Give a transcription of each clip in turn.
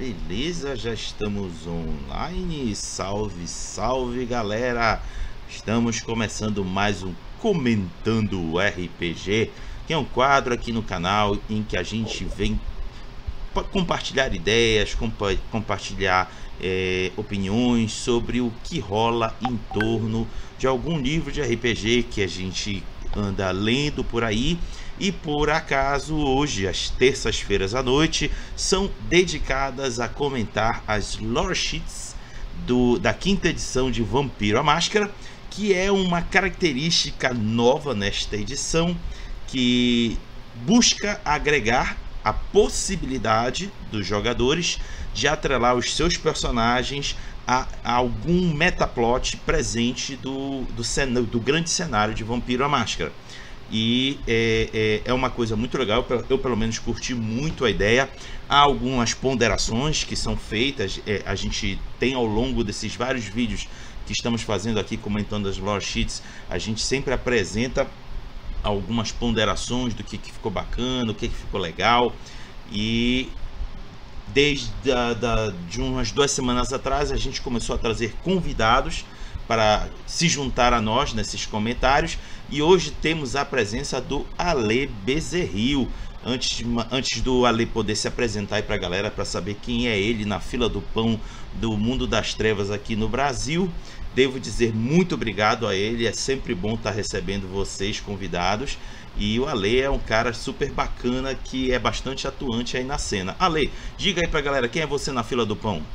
Beleza, já estamos online. Salve, salve galera! Estamos começando mais um Comentando RPG, que é um quadro aqui no canal em que a gente vem compartilhar ideias, compartilhar opiniões sobre o que rola em torno de algum livro de RPG que a gente anda lendo por aí. E por acaso hoje, às terças-feiras à noite, são dedicadas a comentar as lore sheets da quinta edição de Vampiro à Máscara, que é uma característica nova nesta edição, que busca agregar a possibilidade dos jogadores de atrelar os seus personagens a algum metaplot presente do grande cenário de Vampiro à Máscara. E é uma coisa muito legal. Eu pelo menos curti muito a ideia. Há algumas ponderações que são feitas. A gente tem ao longo desses vários vídeos que estamos fazendo aqui comentando as lore sheets, a gente sempre apresenta algumas ponderações do que ficou bacana, o que ficou legal. E desde de umas 2 semanas atrás a gente começou a trazer convidados para se juntar a nós nesses comentários, e hoje temos a presença do Ale Bezerril. Antes do Ale poder se apresentar aí para a galera, para saber quem é ele na fila do pão do mundo das trevas aqui no Brasil, devo dizer muito obrigado a ele. É sempre bom estar recebendo vocês convidados, e o Ale é um cara super bacana que é bastante atuante aí na cena. Ale, diga aí para a galera, quem é você na fila do pão?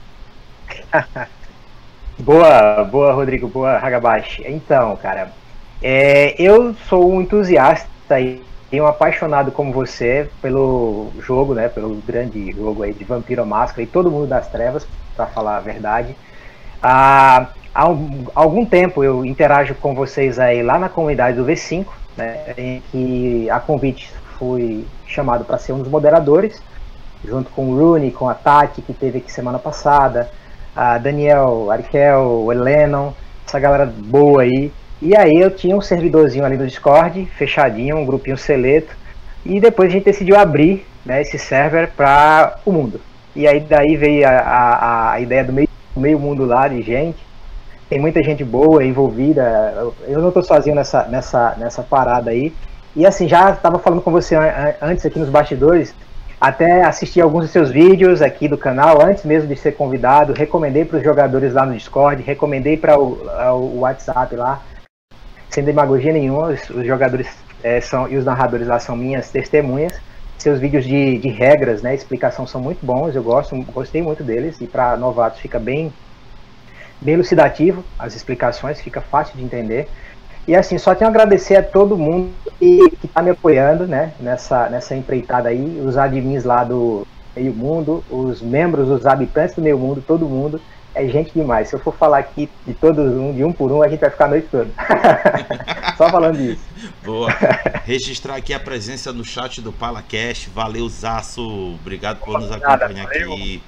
Boa, Rodrigo, boa, Hagabashi. Então, cara, eu sou um entusiasta e um apaixonado como você pelo jogo, né, pelo grande jogo aí de Vampiro à Máscara e todo mundo das trevas, para falar a verdade. Há algum tempo eu interajo com vocês aí lá na comunidade do V5, né, em que a convite fui chamado para ser um dos moderadores, junto com o Rune, com a Tati, que teve aqui semana passada, a Daniel, Arikel, o Lennon, essa galera boa aí. E aí eu tinha um servidorzinho ali no Discord, fechadinho, um grupinho seleto, e depois a gente decidiu abrir, né, esse server para o mundo. E aí daí veio a ideia do meio mundo lá de gente. Tem muita gente boa envolvida, eu não estou sozinho nessa parada aí. E assim, já estava falando com você antes aqui nos bastidores, até assisti alguns dos seus vídeos aqui do canal, antes mesmo de ser convidado, recomendei para os jogadores lá no Discord, recomendei para o WhatsApp lá, sem demagogia nenhuma. Os jogadores e os narradores lá são minhas testemunhas. Seus vídeos de regras, né, explicação são muito bons, eu gostei muito deles, e para novatos fica bem elucidativo, as explicações, fica fácil de entender. E assim, só tenho a agradecer a todo mundo que está me apoiando, né, nessa empreitada aí, os admins lá do Meio Mundo, os membros, os habitantes do Meio Mundo, todo mundo, é gente demais. Se eu for falar aqui de todos de um por um, a gente vai ficar a noite toda. Só falando disso. Boa. Registrar aqui a presença no chat do PalaCast. Valeu, Zaço. Obrigado por nos acompanhar aqui.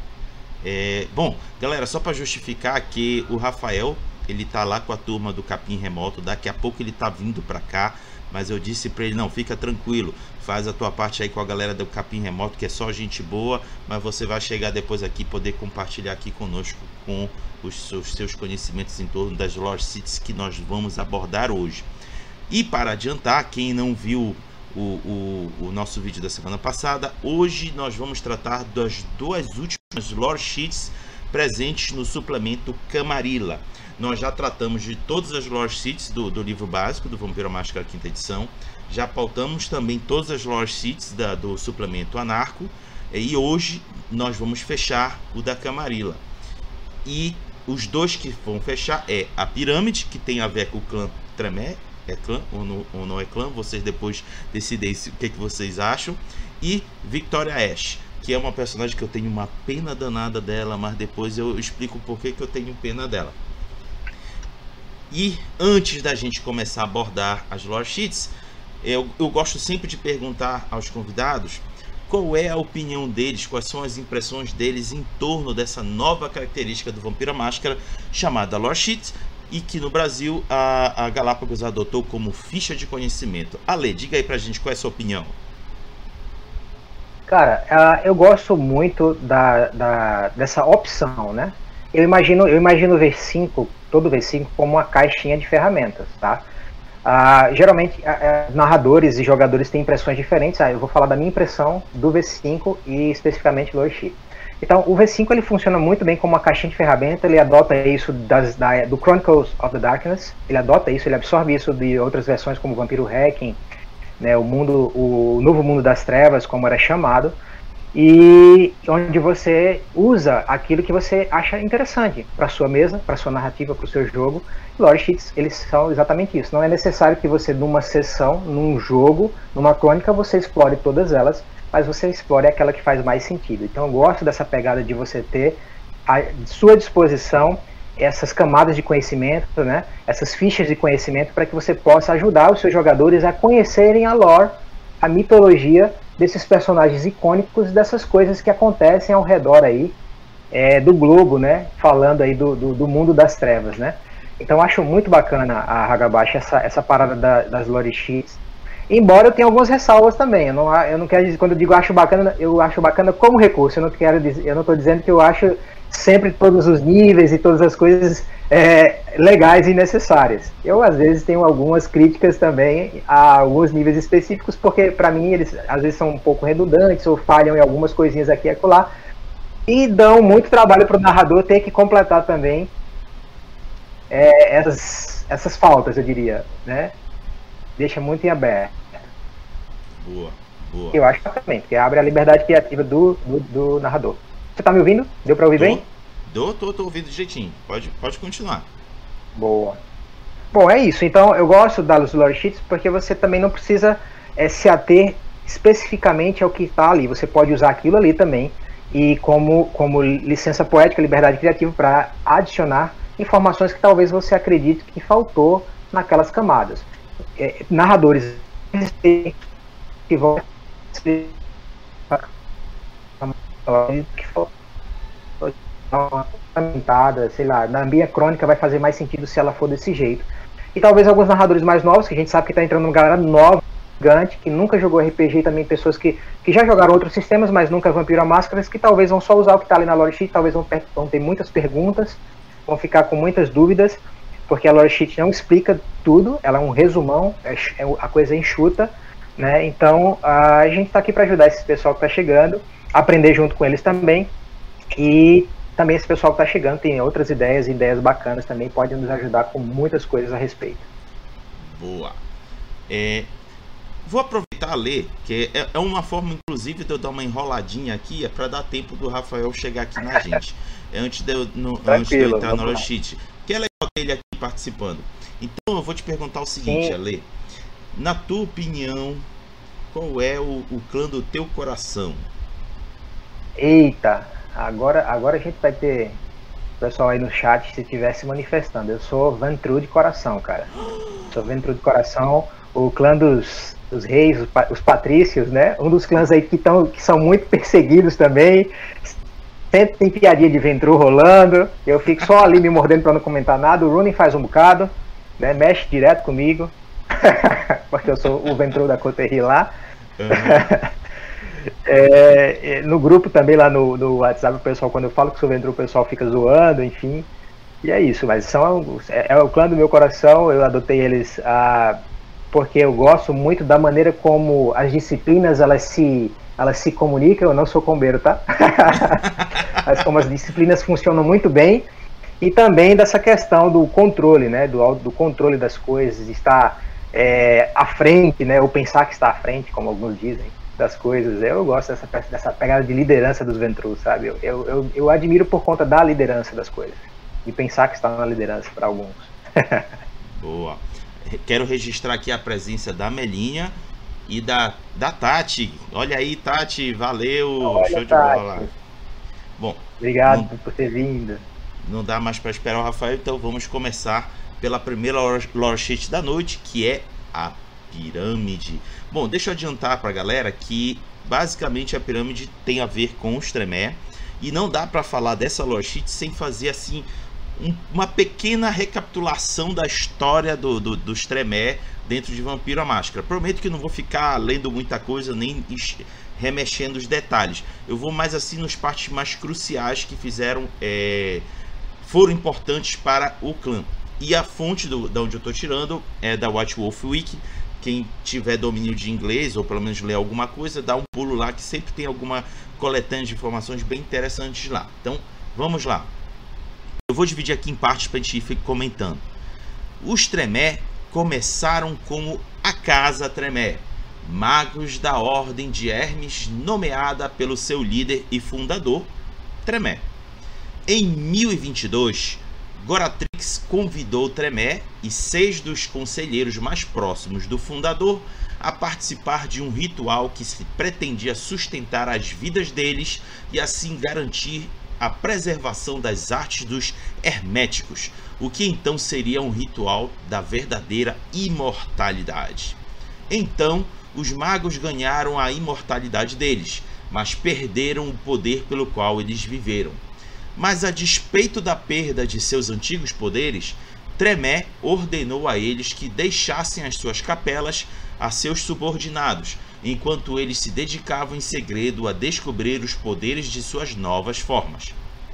Bom, galera, só para justificar que o Rafael, ele tá lá com a turma do Capim Remoto, daqui a pouco ele tá vindo para cá, mas eu disse para ele, não, fica tranquilo, faz a tua parte aí com a galera do Capim Remoto, que é só gente boa, mas você vai chegar depois aqui, poder compartilhar aqui conosco com os seus conhecimentos em torno das lore sheets que nós vamos abordar hoje. E para adiantar, quem não viu o nosso vídeo da semana passada, hoje nós vamos tratar das 2 últimas lore sheets presentes no suplemento Camarilla. Nós já tratamos de todas as lore sheets do livro básico do Vampiro à Máscara quinta edição. Já pautamos também todas as lore sheets do suplemento Anarco. E hoje nós vamos fechar o da Camarilla. E os 2 que vão fechar é a Pirâmide, que tem a ver com o clã Tremé. É clã ou não é clã? Vocês depois decidem o que vocês acham. E Victoria Ash, que é uma personagem que eu tenho uma pena danada dela, mas depois eu explico por que eu tenho pena dela. E antes da gente começar a abordar as lore sheets, eu gosto sempre de perguntar aos convidados qual é a opinião deles, quais são as impressões deles em torno dessa nova característica do Vampiro à Máscara chamada lore sheet, e que no Brasil a Galápagos adotou como ficha de conhecimento. Ale, diga aí pra gente qual é a sua opinião. Cara, eu gosto muito dessa opção, né? Eu imagino o V5, todo o V5 como uma caixinha de ferramentas, tá? Geralmente, narradores e jogadores têm impressões diferentes. Eu vou falar da minha impressão do V5 e especificamente do Lore. Então, o V5 ele funciona muito bem como uma caixinha de ferramenta. Ele adota isso do Chronicles of the Darkness. Ele adota isso, ele absorve isso de outras versões como Vampiro Hacking, né, o Novo Mundo das Trevas, como era chamado, e onde você usa aquilo que você acha interessante para sua mesa, para sua narrativa, para o seu jogo. Lore Sheets, eles são exatamente isso. Não é necessário que você, numa sessão, num jogo, numa crônica, você explore todas elas, mas você explore aquela que faz mais sentido. Então eu gosto dessa pegada de você ter à sua disposição essas camadas de conhecimento, né? Essas fichas de conhecimento para que você possa ajudar os seus jogadores a conhecerem a lore, a mitologia desses personagens icônicos, dessas coisas que acontecem ao redor aí do globo, né? Falando aí do mundo das trevas, né? Então eu acho muito bacana a Hagabashi, essa parada das lore sheets. Embora eu tenha algumas ressalvas também. Eu não quero dizer, quando eu acho bacana como recurso. Eu não estou dizendo que eu acho sempre todos os níveis e todas as coisas legais e necessárias. Eu, às vezes, tenho algumas críticas também a alguns níveis específicos, porque, para mim, eles, às vezes, são um pouco redundantes ou falham em algumas coisinhas aqui e acolá, e dão muito trabalho para o narrador ter que completar também essas faltas, eu diria, né? Deixa muito em aberto. Boa, boa. Eu acho também, porque abre a liberdade criativa do narrador. Você tá me ouvindo? Deu pra ouvir bem? Tô ouvindo direitinho. Pode continuar. Boa. Bom, é isso. Então, eu gosto das lore sheets porque você também não precisa se ater especificamente ao que está ali. Você pode usar aquilo ali também e como licença poética, liberdade criativa, para adicionar informações que talvez você acredite que faltou naquelas camadas. Narradores que vão que sei lá, na minha crônica vai fazer mais sentido se ela for desse jeito. E talvez alguns narradores mais novos, que a gente sabe que está entrando uma galera nova, gigante, que nunca jogou RPG, e também pessoas que já jogaram outros sistemas, mas nunca Vampiro à Máscaras, que talvez vão só usar o que está ali na lore sheet, talvez vão ter muitas perguntas, vão ficar com muitas dúvidas, porque a lore sheet não explica tudo, ela é um resumão, a coisa é enxuta, né? Então a gente está aqui para ajudar esse pessoal que está chegando, aprender junto com eles também, e também esse pessoal que está chegando tem outras ideias bacanas também, podem nos ajudar com muitas coisas a respeito. Boa. Vou aproveitar a ler, que é uma forma, inclusive, de eu dar uma enroladinha aqui, para dar tempo do Rafael chegar aqui na gente, antes de eu entrar no lore sheet, que é legal ter ele aqui participando. Então eu vou te perguntar o seguinte, Ale, na tua opinião, qual é o clã do teu coração? Eita, agora a gente vai ter o pessoal aí no chat se estiver se manifestando. Eu sou Ventrue de coração, cara. Sou Ventrue de coração, o clã dos reis, os patrícios, né? Um dos clãs aí que são muito perseguidos também. Sempre tem piadinha de Ventrue rolando. Eu fico só ali me mordendo para não comentar nada. O Rooney faz um bocado, né? Mexe direto comigo. Porque eu sou o Ventrue da Coterie lá. No grupo também, lá no WhatsApp, o pessoal, quando eu falo que sou Ventrue, o pessoal fica zoando, enfim. E é isso, mas é o clã do meu coração. Eu adotei eles porque eu gosto muito da maneira como as disciplinas elas se comunicam. Eu não sou combeiro, tá? Mas como as disciplinas funcionam muito bem. E também dessa questão do controle, né? Do controle das coisas, de estar à frente, né? Ou pensar que está à frente, como alguns dizem, das coisas. Eu gosto dessa pegada de liderança dos Ventrue, sabe? Eu admiro por conta da liderança das coisas. De pensar que está na liderança para alguns. Boa. Quero registrar aqui a presença da Melinha e da Tati. Olha aí, Tati, valeu. Olha, show de Tati. bola. Bom, obrigado por ter vindo. Não dá mais para esperar o Rafael, então vamos começar pela primeira lore sheet da noite, que é a pirâmide. Bom, deixa eu adiantar para a galera que basicamente a pirâmide tem a ver com os Tremere, e não dá para falar dessa lore sheet sem fazer assim uma pequena recapitulação da história dos Tremé dentro de Vampiro à Máscara. Prometo que não vou ficar lendo muita coisa, nem remexendo os detalhes. Eu vou mais assim nas partes mais cruciais que foram importantes para o clã. E a fonte da onde eu estou tirando é da White Wolf Wiki. Quem tiver domínio de inglês, ou pelo menos ler alguma coisa, dá um pulo lá, que sempre tem alguma coletânea de informações bem interessantes lá. Então, vamos lá. Eu vou dividir aqui em partes para a gente ir comentando. Os Tremé começaram como a Casa Tremé, magos da Ordem de Hermes, nomeada pelo seu líder e fundador, Tremé. Em 1022, Goratrix convidou Tremé e 6 dos conselheiros mais próximos do fundador a participar de um ritual que se pretendia sustentar as vidas deles e assim garantir a preservação das artes dos herméticos, o que então seria um ritual da verdadeira imortalidade. Então, os magos ganharam a imortalidade deles, mas perderam o poder pelo qual eles viveram. Mas a despeito da perda de seus antigos poderes, Tremé ordenou a eles que deixassem as suas capelas a seus subordinados, enquanto eles se dedicavam em segredo a descobrir os poderes de suas novas formas.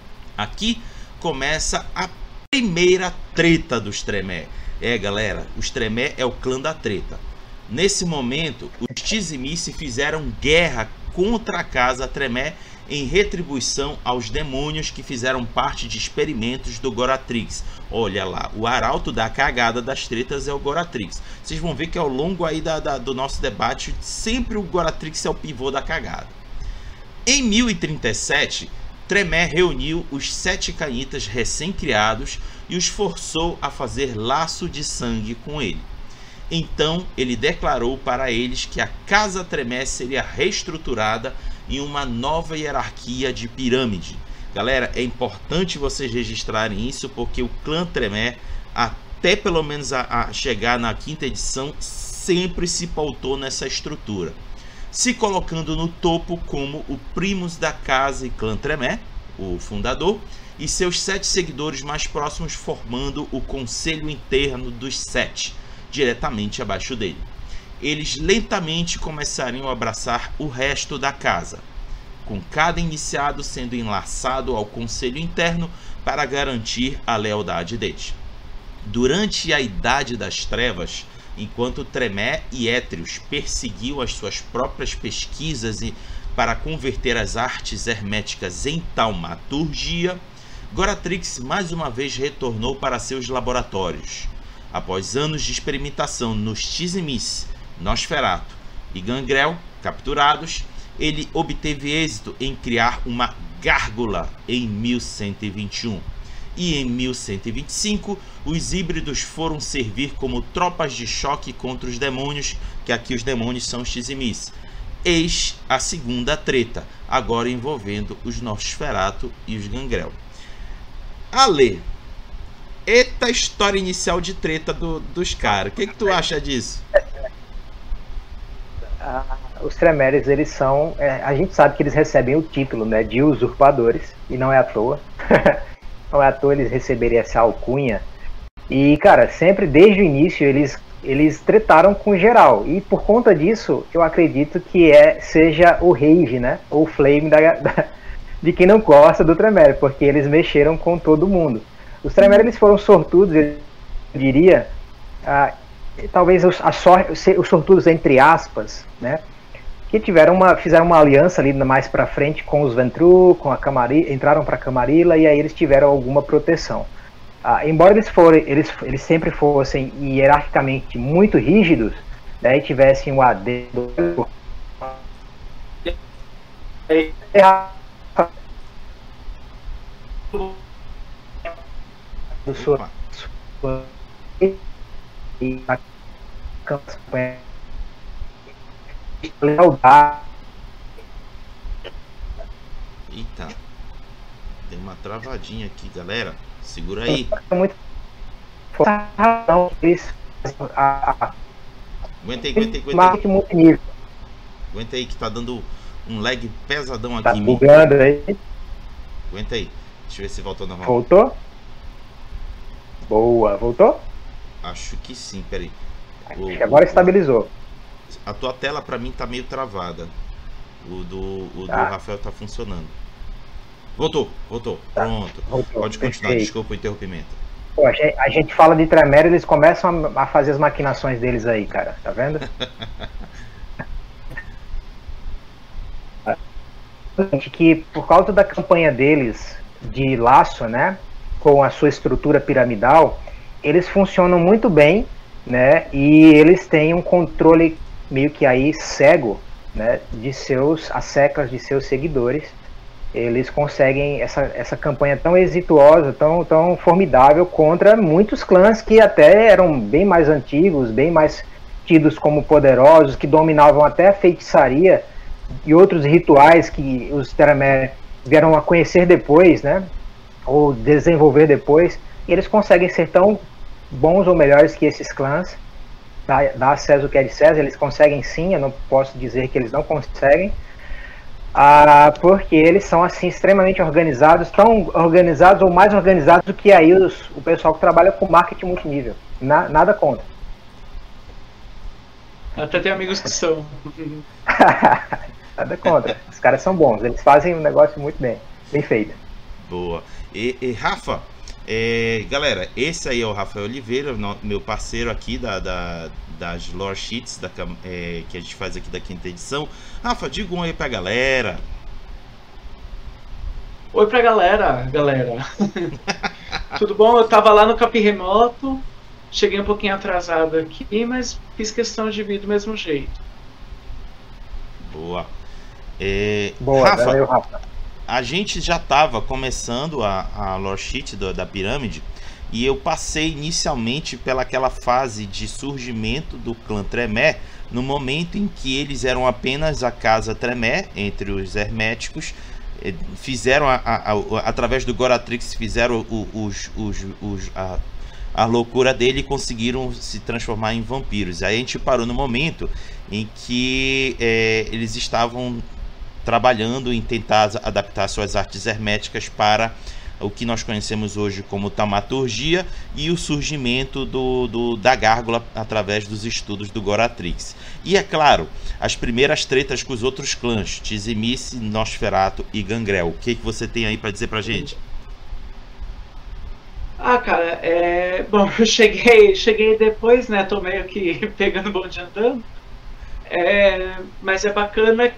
Aqui começa a primeira treta dos Tremé. Galera, os Tremé é o clã da treta. Nesse momento, os Tizimi fizeram guerra contra a Casa Tremé em retribuição aos demônios que fizeram parte de experimentos do Goratrix. Olha lá, o arauto da cagada das tretas é o Goratrix. Vocês vão ver que ao longo aí do nosso debate, sempre o Goratrix é o pivô da cagada. Em 1037, Tremé reuniu os 7 Canitas recém-criados e os forçou a fazer laço de sangue com ele. Então ele declarou para eles que a Casa Tremé seria reestruturada em uma nova hierarquia de pirâmide. Galera, é importante vocês registrarem isso, porque o clã Tremé, até pelo menos a chegar na 5ª edição, sempre se pautou nessa estrutura, se colocando no topo como o primus da casa e clã Tremé, o fundador, e seus 7 seguidores mais próximos formando o conselho interno dos 7, diretamente abaixo dele. Eles lentamente começariam a abraçar o resto da casa, com cada iniciado sendo enlaçado ao conselho interno para garantir a lealdade deles. Durante a Idade das Trevas, enquanto Tremé e Étrios perseguiam as suas próprias pesquisas para converter as artes herméticas em taumaturgia, Goratrix mais uma vez retornou para seus laboratórios. Após anos de experimentação nos Tizimis, Nosferatu e Gangrel capturados, ele obteve êxito em criar uma gárgula em 1121. E em 1125, os híbridos foram servir como tropas de choque contra os demônios, que aqui os demônios são os Tizimis. Eis a segunda treta, agora envolvendo os Nosferatu e os Gangrel. Ale, eita história inicial de treta dos caras. O que tu acha disso? Os Tremeres, eles são... a gente sabe que eles recebem o título, né, de usurpadores, e não é à toa. Não é à toa eles receberem essa alcunha. E, cara, sempre desde o início eles tretaram com geral. E por conta disso, eu acredito que seja o rage, né, ou o flame de quem não gosta do Tremere, porque eles mexeram com todo mundo. Os Tremere, eles foram sortudos, eu diria... talvez os sortudos entre aspas, né, que fizeram uma aliança ali mais para frente com os Ventru, com a Camarilla, entraram para Camarilla e aí eles tiveram alguma proteção. Embora eles sempre fossem hierarquicamente muito rígidos, né, e tivessem o AD do sua e a campanha lealdade. Eita, tem uma travadinha aqui, galera. Segura aí. Muito Aguenta aí. Multinível. Aguenta aí que tá dando um lag pesadão aqui. Tá bugando aí. Aguenta aí. Deixa eu ver se voltou normal. Voltou? Boa, voltou? Acho que sim, peraí. Acho que agora estabilizou. A tua tela pra mim tá meio travada. O do Tá, Rafael tá funcionando. Voltou. tá. Pronto. Voltou. Pode continuar, Perfeito. desculpa o interrompimento. Pô, a gente fala de Tremere, eles começam a fazer as maquinações deles aí, cara. Tá vendo? Que por causa da campanha deles de laço, né, com a sua estrutura piramidal, eles funcionam muito bem, né, e eles têm um controle meio que aí cego, né, de as seclas de seus seguidores. Eles conseguem essa campanha tão exitosa, tão formidável contra muitos clãs que até eram bem mais antigos, bem mais tidos como poderosos, que dominavam até a feitiçaria e outros rituais que os Tremere vieram a conhecer depois, né, ou desenvolver depois, e eles conseguem ser tão bons ou melhores que esses clãs. Dá a César o que é de César, eles conseguem sim, eu não posso dizer que eles não conseguem, porque eles são assim extremamente organizados, tão organizados ou mais organizados do que aí o pessoal que trabalha com marketing multinível. Nada contra. Até tem amigos que são. Nada contra. Os caras são bons, eles fazem um negócio muito bem feito. Boa. E Rafa, galera, esse aí é o Rafael Oliveira, meu parceiro aqui das Lore Sheets que a gente faz aqui da 5ª edição. Rafa, diga um aí pra galera. Oi pra galera. Tudo bom? Eu tava lá no Capim Remoto, cheguei um pouquinho atrasado aqui, mas fiz questão de vir do mesmo jeito. Boa. Boa, Rafa, valeu, Rafa. A gente já estava começando a lore sheet da pirâmide, e eu passei inicialmente pelaquela fase de surgimento do clã Tremere, no momento em que eles eram apenas a casa Tremere entre os herméticos. Fizeram através do Goratrix, fizeram a loucura dele e conseguiram se transformar em vampiros. Aí a gente parou no momento em que eles estavam trabalhando em tentar adaptar suas artes herméticas para o que nós conhecemos hoje como taumaturgia e o surgimento da gárgula através dos estudos do Goratrix. E é claro, as primeiras tretas com os outros clãs, Tzimice, Nosferatu e Gangrel. O que você tem aí para dizer pra gente? Cara, bom, eu cheguei depois, né, tô meio que pegando o bonde andando. Mas é bacana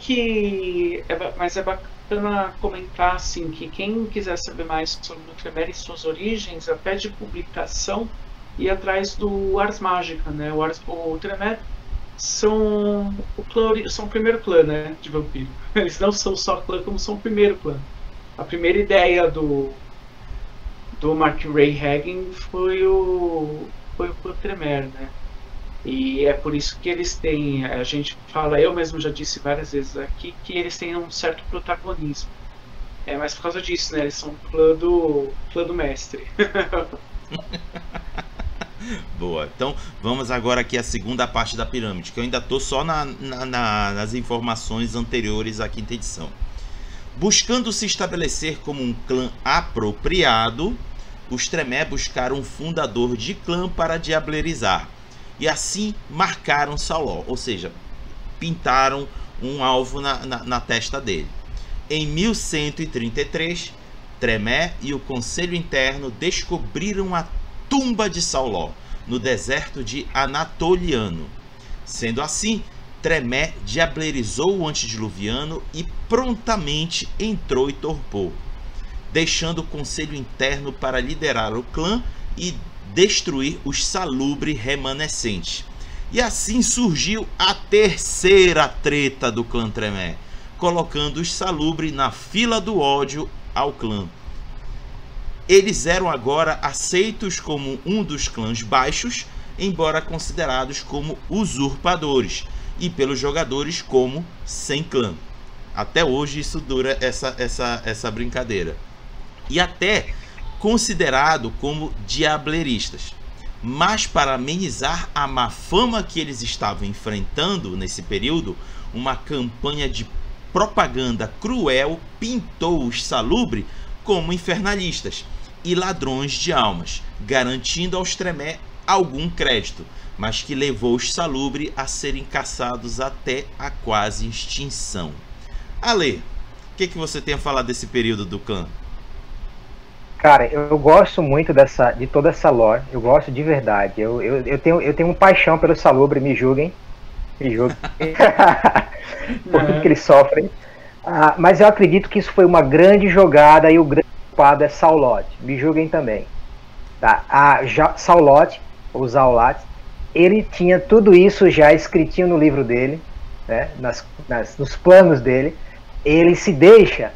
comentar assim que quem quiser saber mais sobre o Tremere e suas origens, até de publicação, ir atrás do Ars Magica, né? O Tremere são o primeiro clã, né, de vampiro. Eles não são só clã, como são o primeiro clã. A primeira ideia do Mark Ray Hagen foi o Tremere, né? E é por isso que eles têm, a gente fala, eu mesmo já disse várias vezes aqui, que eles têm um certo protagonismo. Mas por causa disso, né? Eles são clã do mestre. Boa, então vamos agora aqui à segunda parte da pirâmide, que eu ainda estou só nas informações anteriores à 5ª edição. Buscando se estabelecer como um clã apropriado, os Tremere buscaram um fundador de clã para diablerizar. E assim marcaram Sauló, ou seja, pintaram um alvo na testa dele. Em 1133, Tremere e o Conselho Interno descobriram a tumba de Sauló, no deserto de Anatoliano. Sendo assim, Tremere diablerizou o antediluviano e prontamente entrou e torpou, deixando o Conselho Interno para liderar o clã e destruir os Salubre remanescentes. E assim surgiu a terceira treta do clã Tremere, colocando os Salubre na fila do ódio ao clã. Eles eram agora aceitos como um dos clãs baixos, embora considerados como usurpadores, e pelos jogadores como sem clã. Até hoje isso dura essa brincadeira. E até considerado como diableristas. Mas para amenizar a má fama que eles estavam enfrentando nesse período, uma campanha de propaganda cruel pintou os Salubre como infernalistas e ladrões de almas, garantindo aos Tremere algum crédito, mas que levou os Salubre a serem caçados até a quase extinção. Ale, o que você tem a falar desse período do clã? Cara, eu gosto muito de toda essa lore, eu gosto de verdade. Eu tenho uma paixão pelo Salubre, me julguem. Por tudo que eles sofrem. Mas eu acredito que isso foi uma grande jogada e o grande culpado é Sauloth. Me julguem também. Tá? Sauloth, ou Zaulat, ele tinha tudo isso já escritinho no livro dele, né? Nos planos dele. Ele se deixa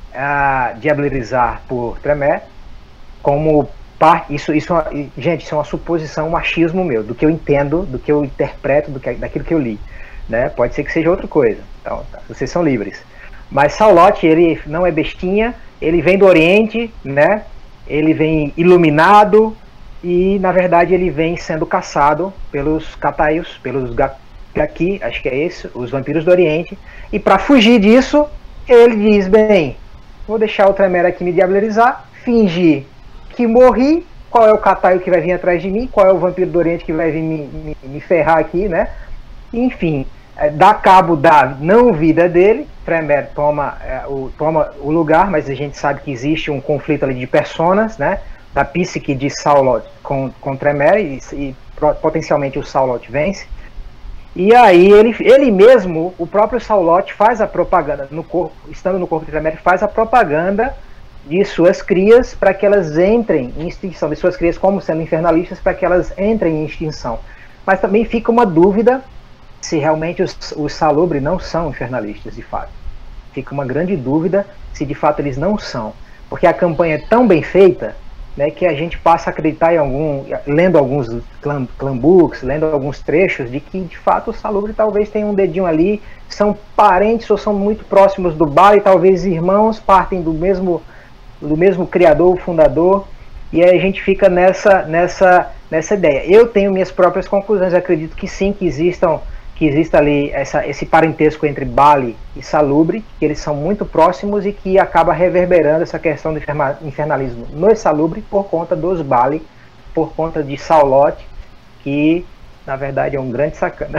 diablerizar por Tremere como parte. Gente, isso é uma suposição, um machismo meu, do que eu entendo, do que eu interpreto, daquilo que eu li, né? Pode ser que seja outra coisa. Então, vocês são livres. Mas Sauloth, ele não é bestinha, ele vem do Oriente, né? Ele vem iluminado e, na verdade, ele vem sendo caçado pelos Cataios, pelos Gaki, acho que é esse, os vampiros do Oriente. E para fugir disso, ele diz, bem, vou deixar o Tremere aqui me diablerizar, fingir que morri, qual é o Cataio que vai vir atrás de mim, qual é o vampiro do Oriente que vai vir me ferrar aqui, né? Enfim, dá cabo da não vida dele, Tremere toma o lugar, mas a gente sabe que existe um conflito ali de personas, né? Da psique de Sauloth com Tremere e potencialmente o Sauloth vence. E aí ele mesmo, o próprio Sauloth, faz a propaganda, estando no corpo de Tremere, faz a propaganda de suas crias para que elas entrem em extinção, de suas crias como sendo infernalistas, para que elas entrem em extinção. Mas também fica uma dúvida se realmente os Salubre não são infernalistas, de fato. Fica uma grande dúvida se de fato eles não são. Porque a campanha é tão bem feita, né, que a gente passa a acreditar lendo alguns clanbooks, lendo alguns trechos, de que de fato os Salubre talvez tenham um dedinho ali, são parentes ou são muito próximos do Bali, talvez irmãos, partem do mesmo criador, fundador, e aí a gente fica nessa ideia. Eu tenho minhas próprias conclusões, acredito que sim, que exista ali esse parentesco entre Bali e Salubre, que eles são muito próximos e que acaba reverberando essa questão do infernalismo no Salubre por conta dos Bali, por conta de Sauloth, que na verdade é um grande sacana.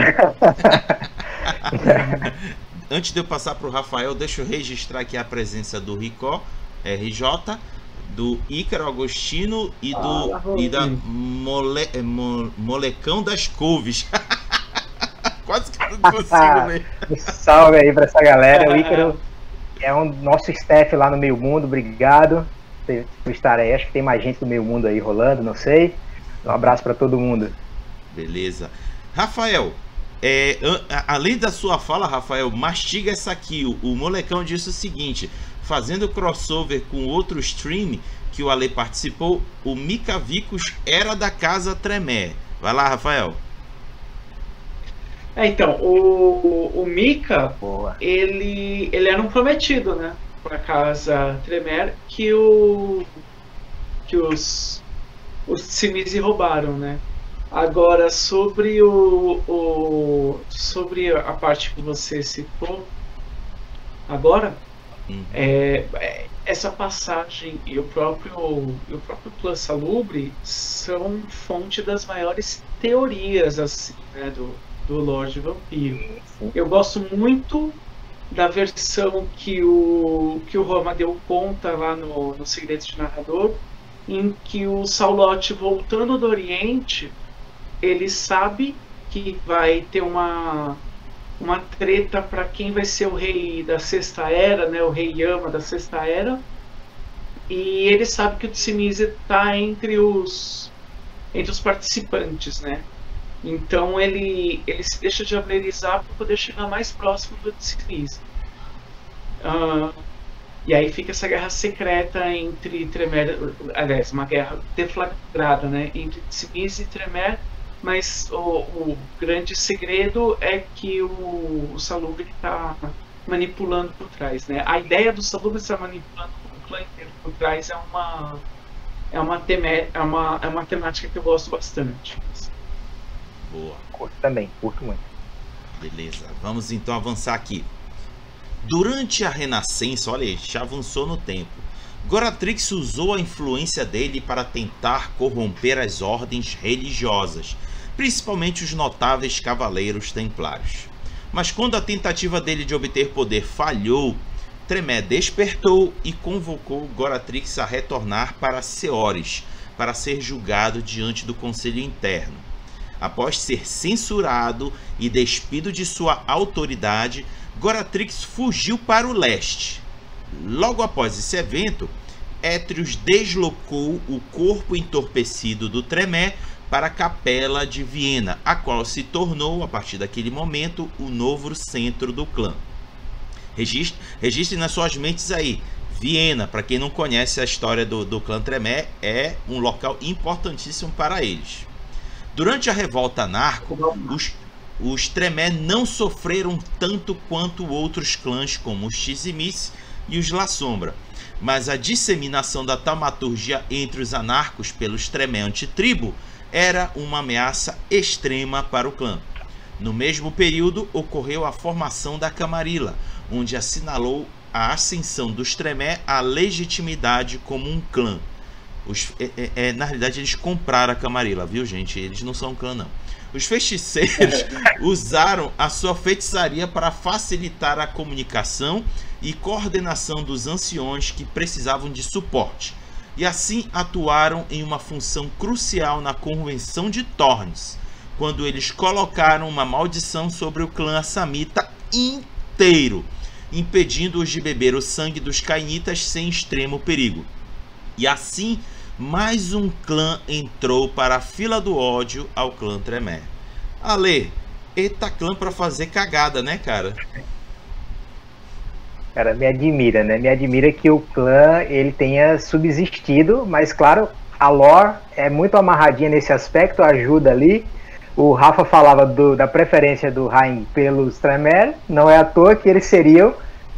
Antes de eu passar para o Rafael, deixa eu registrar aqui a presença do Ricó, RJ, do Ícaro Agostino e da Molecão das Couves. Quase que eu não consigo, né? Um salve aí pra essa galera. O Ícaro é um nosso staff lá no Meio Mundo, obrigado por estar aí. Acho que tem mais gente do Meio Mundo aí rolando, não sei. Um abraço pra todo mundo. Beleza. Rafael, além da sua fala, Rafael, mastiga essa aqui. O Molecão disse o seguinte: fazendo crossover com outro stream que o Ale participou, o Mika Vicus era da casa Tremere. Vai lá, Rafael. Então, o Mika, ele era um prometido, né, para a casa Tremere, que os Tzimisce roubaram, né. Agora, sobre sobre a parte que você citou agora, essa passagem e o próprio clã Salubre são fonte das maiores teorias, assim, né, do Lorde Vampiro. Eu gosto muito da versão que o Roma deu conta lá no Segredos de Narrador, em que o Sauloth, voltando do Oriente, ele sabe que vai ter uma treta para quem vai ser o rei da Sexta Era, né, o rei Yama da Sexta Era, e ele sabe que o Tzimisce está entre os participantes, né. Então ele se deixa diablerizar para poder chegar mais próximo do Tzimisce. E aí fica essa guerra secreta entre Tremere, aliás, uma guerra deflagrada, né, entre Tzimisce e Tremere, mas o grande segredo é que o Salubre está manipulando por trás, né? A ideia do Salubre estar manipulando o clã inteiro por trás é uma temática que eu gosto bastante. Boa. Curto muito. Beleza, vamos então avançar aqui. Durante a Renascença, olha aí, já avançou no tempo. Goratrix usou a influência dele para tentar corromper as ordens religiosas, principalmente os notáveis cavaleiros templários. Mas quando a tentativa dele de obter poder falhou, Tremé despertou e convocou Goratrix a retornar para Seores, para ser julgado diante do Conselho Interno. Após ser censurado e despido de sua autoridade, Goratrix fugiu para o leste. Logo após esse evento, Étrios deslocou o corpo entorpecido do Tremé para a Capela de Viena, a qual se tornou, a partir daquele momento, o novo centro do clã. Registre nas suas mentes aí. Viena, para quem não conhece a história do clã Tremé, é um local importantíssimo para eles. Durante a revolta anarco, os Tremé não sofreram tanto quanto outros clãs como os Xizimis e os La Sombra, mas a disseminação da taumaturgia entre os anarcos pelos Tremé antitribo era uma ameaça extrema para o clã. No mesmo período, ocorreu a formação da Camarilla, onde assinalou a ascensão dos Tremé à legitimidade como um clã. Na realidade, eles compraram a Camarilla, viu, gente? Eles não são um clã, não. Os feiticeiros usaram a sua feitiçaria para facilitar a comunicação e coordenação dos anciões que precisavam de suporte, e assim atuaram em uma função crucial na Convenção de Tornes, quando eles colocaram uma maldição sobre o clã assamita inteiro, impedindo-os de beber o sangue dos cainitas sem extremo perigo. E assim, mais um clã entrou para a fila do ódio ao clã Tremé. Ale, eita clã pra fazer cagada, né, cara? Cara, me admira, né? Me admira que o clã ele tenha subsistido, mas claro, a lore é muito amarradinha nesse aspecto, ajuda ali. O Rafa falava da preferência do Rain pelos Tremé, não é à toa que eles seriam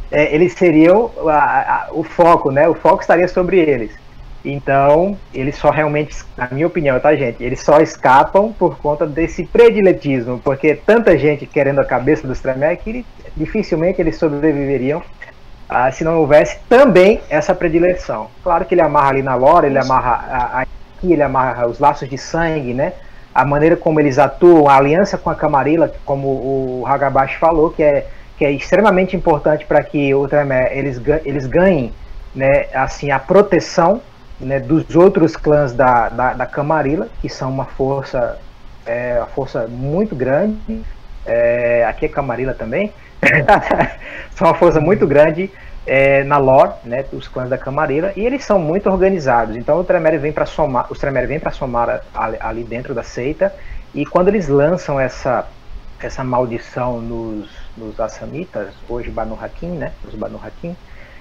o foco, né? O foco estaria sobre eles. Então, eles só realmente, na minha opinião, tá, gente? Eles só escapam por conta desse prediletismo, porque tanta gente querendo a cabeça dos Tremé que dificilmente eles sobreviveriam se não houvesse também essa predileção. Claro que ele amarra ali na lore, ele amarra ele amarra os laços de sangue, né? A maneira como eles atuam, a aliança com a Camarilla, como o Hagabashi falou, que é extremamente importante para que o Tremé eles ganhem, né, assim, a proteção, né, dos outros clãs da Camarilla, que são uma força muito grande. Aqui é Camarilla também. São uma força muito grande na lore, né, dos clãs da Camarilla, e eles são muito organizados. Então os Tremere vêm para somar ali dentro da seita, e quando eles lançam essa maldição nos Assamitas, hoje Banu Haqim, né, os Banu Haqim,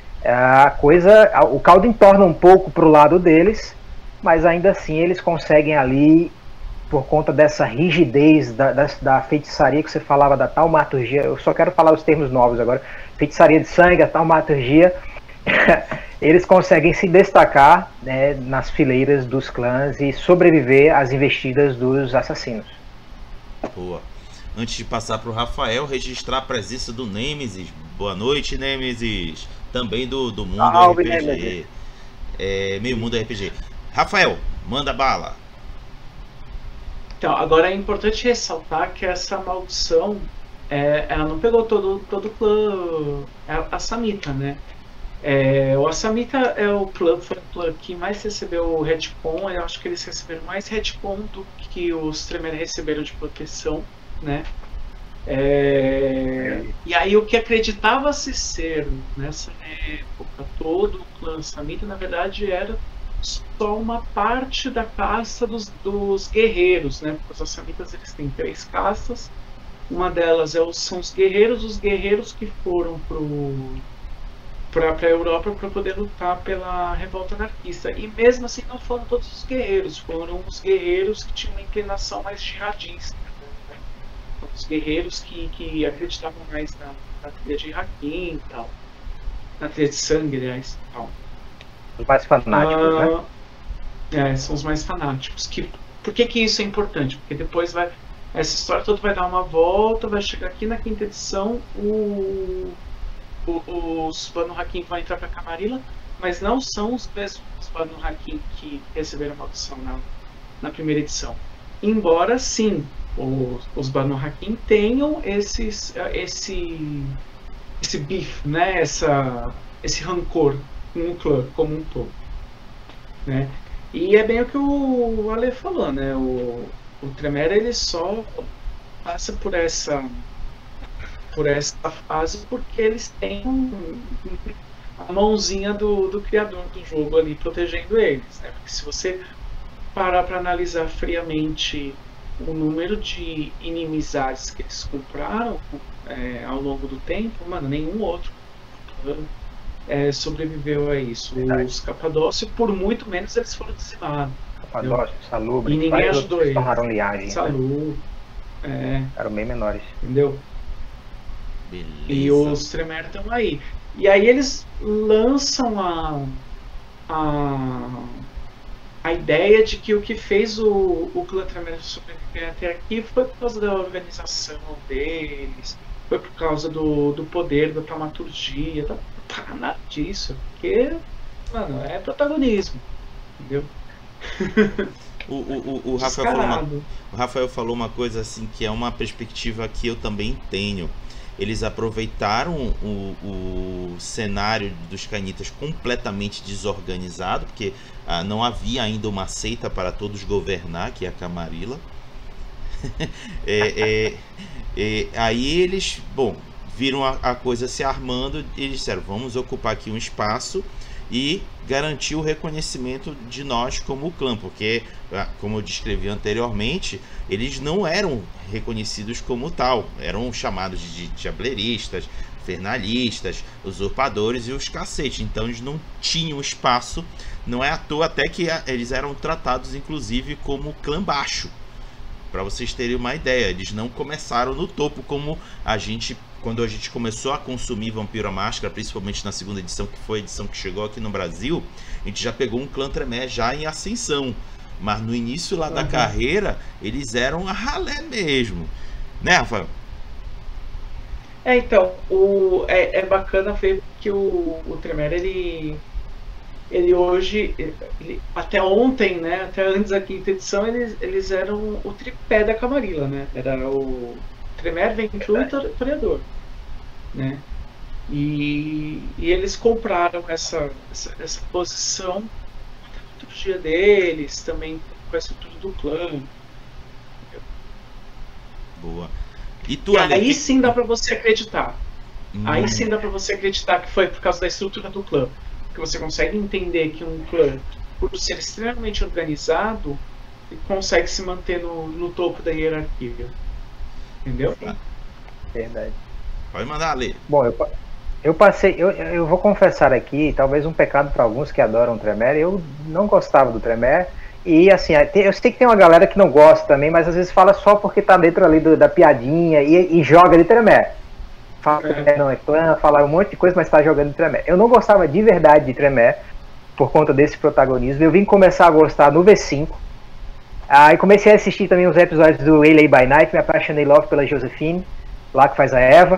o caldo entorna um pouco para o lado deles, mas ainda assim eles conseguem ali, por conta dessa rigidez da feitiçaria que você falava, da taumaturgia. Eu só quero falar os termos novos agora. Feitiçaria de sangue, a taumaturgia. Eles conseguem se destacar, né, nas fileiras dos clãs e sobreviver às investidas dos assassinos. Boa. Antes de passar para o Rafael, registrar a presença do Nemesis. Boa noite, Nemesis. Também do Mundo RPG. Meio Mundo RPG. Rafael, manda bala. Então, agora é importante ressaltar que essa maldição, ela não pegou todo o clã assamita, né? O assamita foi o clã que mais recebeu o retcon. Eu acho que eles receberam mais retcon do que os Tremere receberam de proteção, né? E aí o que acreditava-se ser nessa época todo o clã assamita, na verdade era só uma parte da casta dos guerreiros, né? Porque os assamitas eles têm 3 castas. Uma delas são os guerreiros que foram para a Europa para poder lutar pela revolta anarquista. E mesmo assim não foram todos os guerreiros, foram os guerreiros que tinham uma inclinação mais jihadista, né? Os guerreiros que acreditavam mais na trilha de Haqim e tal, na trilha de sangue, aliás, tal. Os mais fanáticos, né? São os mais fanáticos. Por que isso é importante? Porque depois essa história toda vai dar uma volta, vai chegar aqui na 5ª edição, os Banu Haqim vão entrar para Camarilla, mas não são os mesmos Banu Haqim que receberam maldição na primeira edição. Embora sim, os Banu Haqim tenham esse beef, né? Esse rancor com o clã como um todo, né? E é bem o que o Ale falou, né? O Tremere, ele só passa por essa fase porque eles têm a mãozinha do criador do jogo ali protegendo eles, né? Porque se você parar para analisar friamente o número de inimizades que eles compraram ao longo do tempo, mano, nenhum outro sobreviveu a isso. Os Capadócio, por muito menos, eles foram dizimados. Capadócio, Salubre, e ninguém ajudou eles. Tomaram liagem. Salubre, eram bem menores. Entendeu? Beleza. E os Tremere estão aí. E aí eles lançam a ideia de que o que fez o clã Tremere sobreviver até aqui foi por causa da organização deles, foi por causa do poder, da dramaturgia, nada disso, porque, mano, é protagonismo, entendeu? O Rafael falou uma coisa assim que é uma perspectiva que eu também tenho. Eles aproveitaram o cenário dos Cainitas completamente desorganizado, porque não havia ainda uma seita para todos governar, que é a Camarilla. Aí eles, viram a coisa se armando e disseram, vamos ocupar aqui um espaço e garantir o reconhecimento de nós como clã, porque, como eu descrevi anteriormente, eles não eram reconhecidos como tal, eram chamados de diableristas, infernalistas, usurpadores e os cacete, então eles não tinham espaço. Não é à toa até que eles eram tratados inclusive como clã baixo, para vocês terem uma ideia. Eles não começaram no topo como quando a gente começou a consumir Vampiro à Máscara, principalmente na segunda edição, que foi a edição que chegou aqui no Brasil. A gente já pegou um clã Tremere já em ascensão, mas no início lá da carreira eles eram a ralé mesmo, né, Rafael? Então, é bacana ver que o Tremere, ele hoje, até ontem, né, até antes da quinta edição, eles eram o tripé da Camarilla, né? Era o Tremere, Ventrue e Toreador, né? E eles compraram essa posição do dia deles, também com a estrutura do clã. Boa. E aí sim dá pra você acreditar. Aí sim dá pra você acreditar que foi por causa da estrutura do clã. Que você consegue entender que um clã, por ser extremamente organizado, consegue se manter no topo da hierarquia. Entendeu? Sim. Verdade. Pode mandar, Ale. Bom, eu vou confessar aqui, talvez um pecado para alguns que adoram o Tremere, eu não gostava do Tremere. E assim, eu sei que tem uma galera que não gosta também, mas às vezes fala só porque tá dentro ali da piadinha e joga de Tremere. Fala que Tremere não é clã, fala um monte de coisa, mas tá jogando de Tremere. Eu não gostava de verdade de Tremere por conta desse protagonismo. Eu vim começar a gostar no V5. Aí comecei a assistir também os episódios do Waylay by Night, me apaixonei logo pela Josephine, lá que faz a Eva.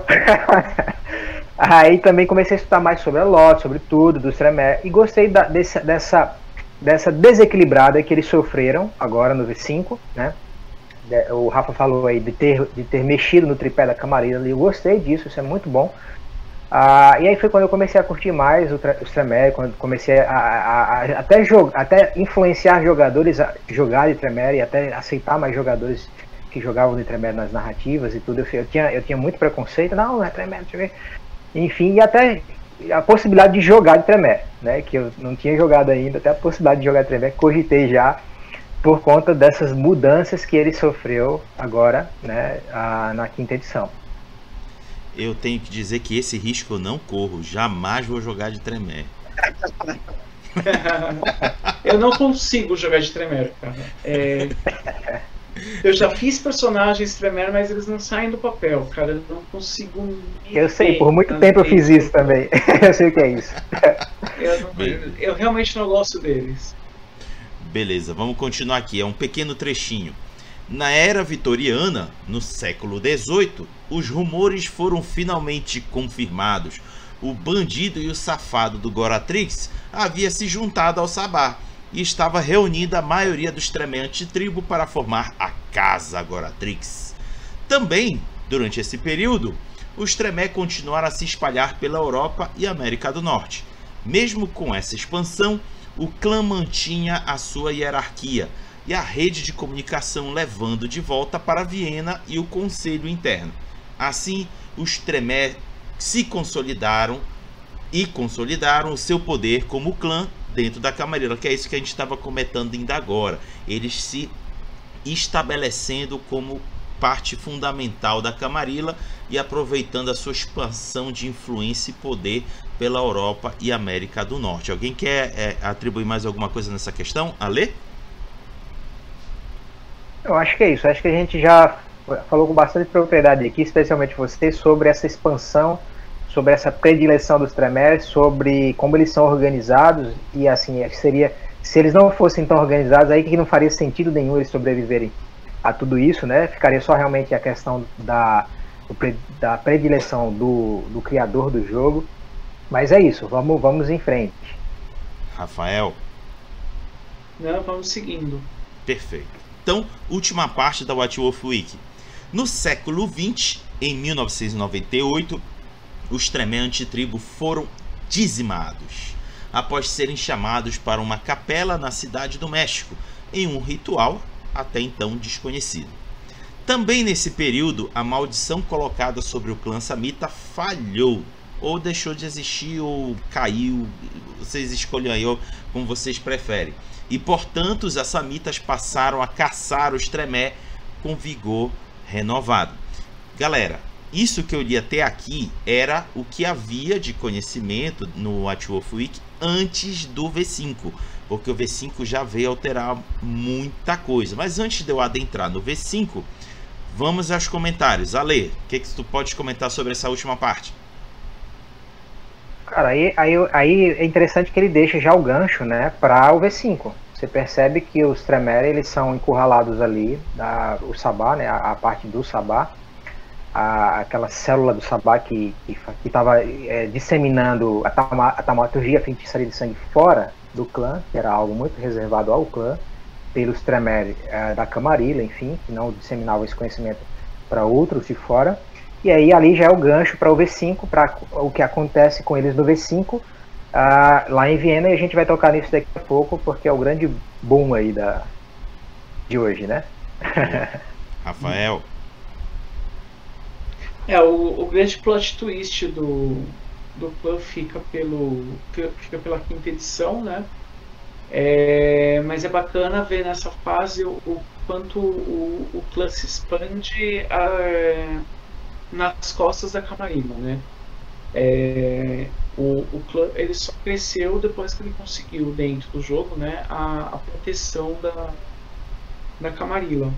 Aí também comecei a estudar mais sobre a lore, sobre tudo, dos Tremere, e gostei dessa desequilibrada que eles sofreram agora no V5, né? O Rafa falou aí de ter mexido no tripé da Camarilla, eu gostei disso, isso é muito bom. E aí foi quando eu comecei a curtir mais os Tremere, quando comecei até influenciar jogadores a jogar de Tremere, e até aceitar mais jogadores que jogavam de Tremere nas narrativas e tudo. Eu tinha muito preconceito, não é Tremere, deixa eu ver. Enfim, e até a possibilidade de jogar de Tremere, né, que eu não tinha jogado ainda, até a possibilidade de jogar de Tremere, cogitei já, por conta dessas mudanças que ele sofreu agora, né, na quinta edição. Eu tenho que dizer que esse risco eu não corro, jamais vou jogar de Tremere. Eu não consigo jogar de Tremere, cara. Eu já fiz personagens Tremere, mas eles não saem do papel, cara. Eu não consigo. Eu sei, por muito tempo eu fiz isso também. Eu sei o que é isso. Eu realmente não gosto deles. Beleza, vamos continuar aqui. É um pequeno trechinho. Na era vitoriana, no século XVIII, os rumores foram finalmente confirmados. o bandido e o safado do Goratrix havia se juntado ao Sabá e estava reunida a maioria dos Tremé antitribo para formar a Casa Goratrix. Também, durante esse período, os Tremé continuaram a se espalhar pela Europa e América do Norte. Mesmo com essa expansão, o clã mantinha a sua hierarquia e a rede de comunicação, levando de volta para Viena e o conselho interno. Assim, os Tremé se consolidaram o seu poder como clã dentro da Camarilla, que é isso que a gente estava comentando ainda agora. Eles se estabelecendo como parte fundamental da Camarilla e aproveitando a sua expansão de influência e poder pela Europa e América do Norte. Alguém quer atribuir mais alguma coisa nessa questão? Alê? Eu acho que é isso. Acho que a gente já falou com bastante propriedade aqui, especialmente você, sobre essa expansão, sobre essa predileção dos Tremé, sobre como eles são organizados, e assim, seria, se eles não fossem tão organizados, aí que não faria sentido nenhum eles sobreviverem a tudo isso, né? Ficaria só realmente a questão da predileção do criador do jogo. Mas é isso, vamos em frente. Rafael? Não, vamos seguindo. Perfeito. Então, última parte da White Wolf Wiki. No século XX, em 1998, os Tremé antitribo foram dizimados, após serem chamados para uma capela na cidade do México, em um ritual até então desconhecido. Também nesse período, a maldição colocada sobre o clã Samita falhou, ou deixou de existir, ou caiu, vocês escolhem aí como vocês preferem. E portanto, os Assamitas passaram a caçar os Tremé com vigor renovado. Galera, isso que eu li até aqui era o que havia de conhecimento no White Wolf Wiki antes do V5, porque o V5 já veio alterar muita coisa. Mas antes de eu adentrar no V5, vamos aos comentários. Ale, o que tu pode comentar sobre essa última parte? Cara, aí é interessante que ele deixa já o gancho, né, para o V5. Você percebe que os Tremere, eles são encurralados ali, o Sabá, né, a parte do Sabá, aquela célula do Sabá que estava disseminando a taumaturgia, a feitiçaria de sangue fora do clã, que era algo muito reservado ao clã, pelos Tremere da Camarilla, enfim, que não disseminavam esse conhecimento para outros de fora. E aí ali já é o gancho para o V5, para o que acontece com eles no V5, lá em Viena, e a gente vai tocar nisso daqui a pouco, porque é o grande boom aí de hoje, né? Rafael? O grande plot twist do clã fica pela quinta edição, né? Mas é bacana ver nessa fase o quanto o clã se expande nas costas da Camarilla, né? O clã, ele só cresceu depois que ele conseguiu dentro do jogo, né, a proteção da Camarilla.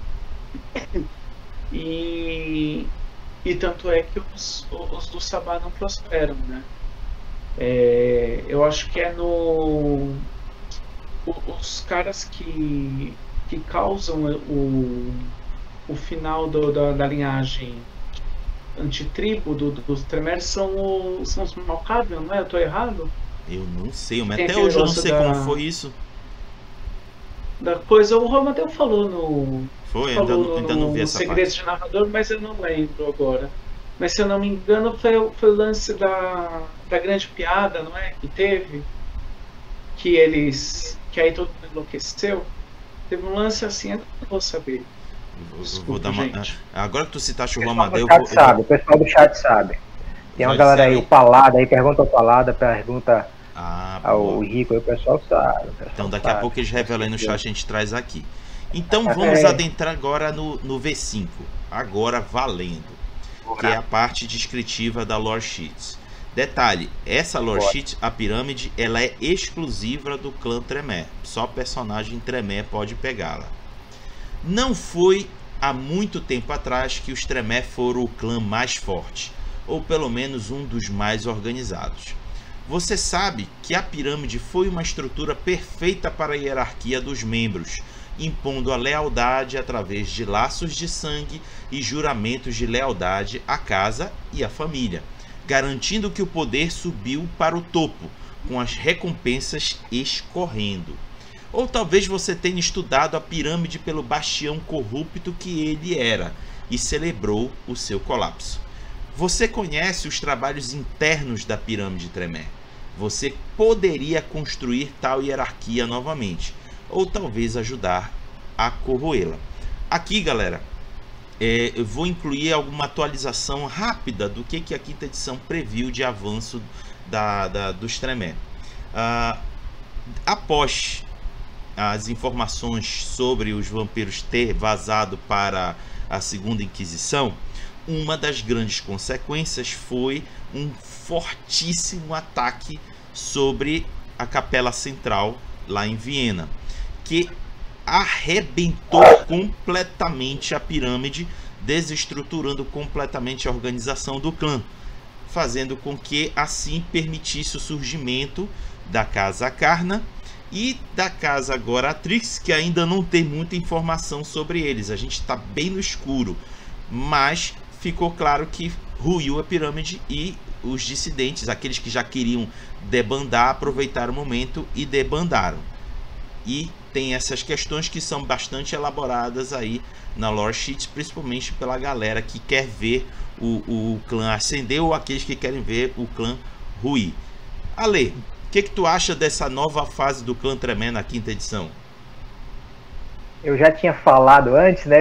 E tanto é que os do Sabá não prosperam, né? Eu acho que os caras que causam o final da linhagem antitribo dos Tremere são os Malkavian, não é? Eu tô errado? Eu não sei, mas até hoje eu não sei como foi isso. Da coisa, o Romadeu falou no... Foi, ainda não vi essa Segredos parte. de Narrador, mas eu não lembro agora. Mas se eu não me engano foi o lance da grande piada, não é? Que teve, que aí todo mundo enlouqueceu. Teve um lance assim, eu não vou saber. Desculpa, vou dar uma... Agora que tu citaste o Romadeu, o pessoal do chat sabe. Tem uma galera aí, o Palada aí, pergunta ao Palada, pergunta ao Rico, aí o pessoal sabe. Então daqui a pouco eles revelam aí no chat, a gente traz aqui. Então vamos adentrar agora no V5, agora valendo, que é a parte descritiva da Lore Sheet. Detalhe, essa Lore Sheet, a pirâmide, ela é exclusiva do clã Tremé, só personagem Tremé pode pegá-la. Não foi há muito tempo atrás que os Tremé foram o clã mais forte, ou pelo menos um dos mais organizados. Você sabe que a pirâmide foi uma estrutura perfeita para a hierarquia dos membros, impondo a lealdade através de laços de sangue e juramentos de lealdade à casa e à família. garantindo que o poder subiu para o topo, com as recompensas escorrendo. Ou talvez você tenha estudado a pirâmide pelo bastião corrupto que ele era e celebrou o seu colapso. Você conhece os trabalhos internos da pirâmide Tremere. Você poderia construir tal hierarquia novamente, ou talvez ajudar a corroê-la. Aqui, galera, eu vou incluir alguma atualização rápida do que a quinta edição previu de avanço dos Tremere. Após as informações sobre os vampiros ter vazado para a Segunda Inquisição, uma das grandes consequências foi um fortíssimo ataque sobre a Capela Central lá em Viena, que arrebentou completamente a pirâmide, desestruturando completamente a organização do clã, fazendo com que assim permitisse o surgimento da Casa Carna e da Casa Goratrix, que ainda não tem muita informação sobre eles. A gente está bem no escuro, mas ficou claro que ruiu a pirâmide e os dissidentes, aqueles que já queriam debandar, aproveitaram o momento e debandaram. E tem essas questões que são bastante elaboradas aí na lore sheet, principalmente pela galera que quer ver o clã ascender ou aqueles que querem ver o clã ruir. Ale, o que tu acha dessa nova fase do clã Tremere na quinta edição? Eu já tinha falado antes, né?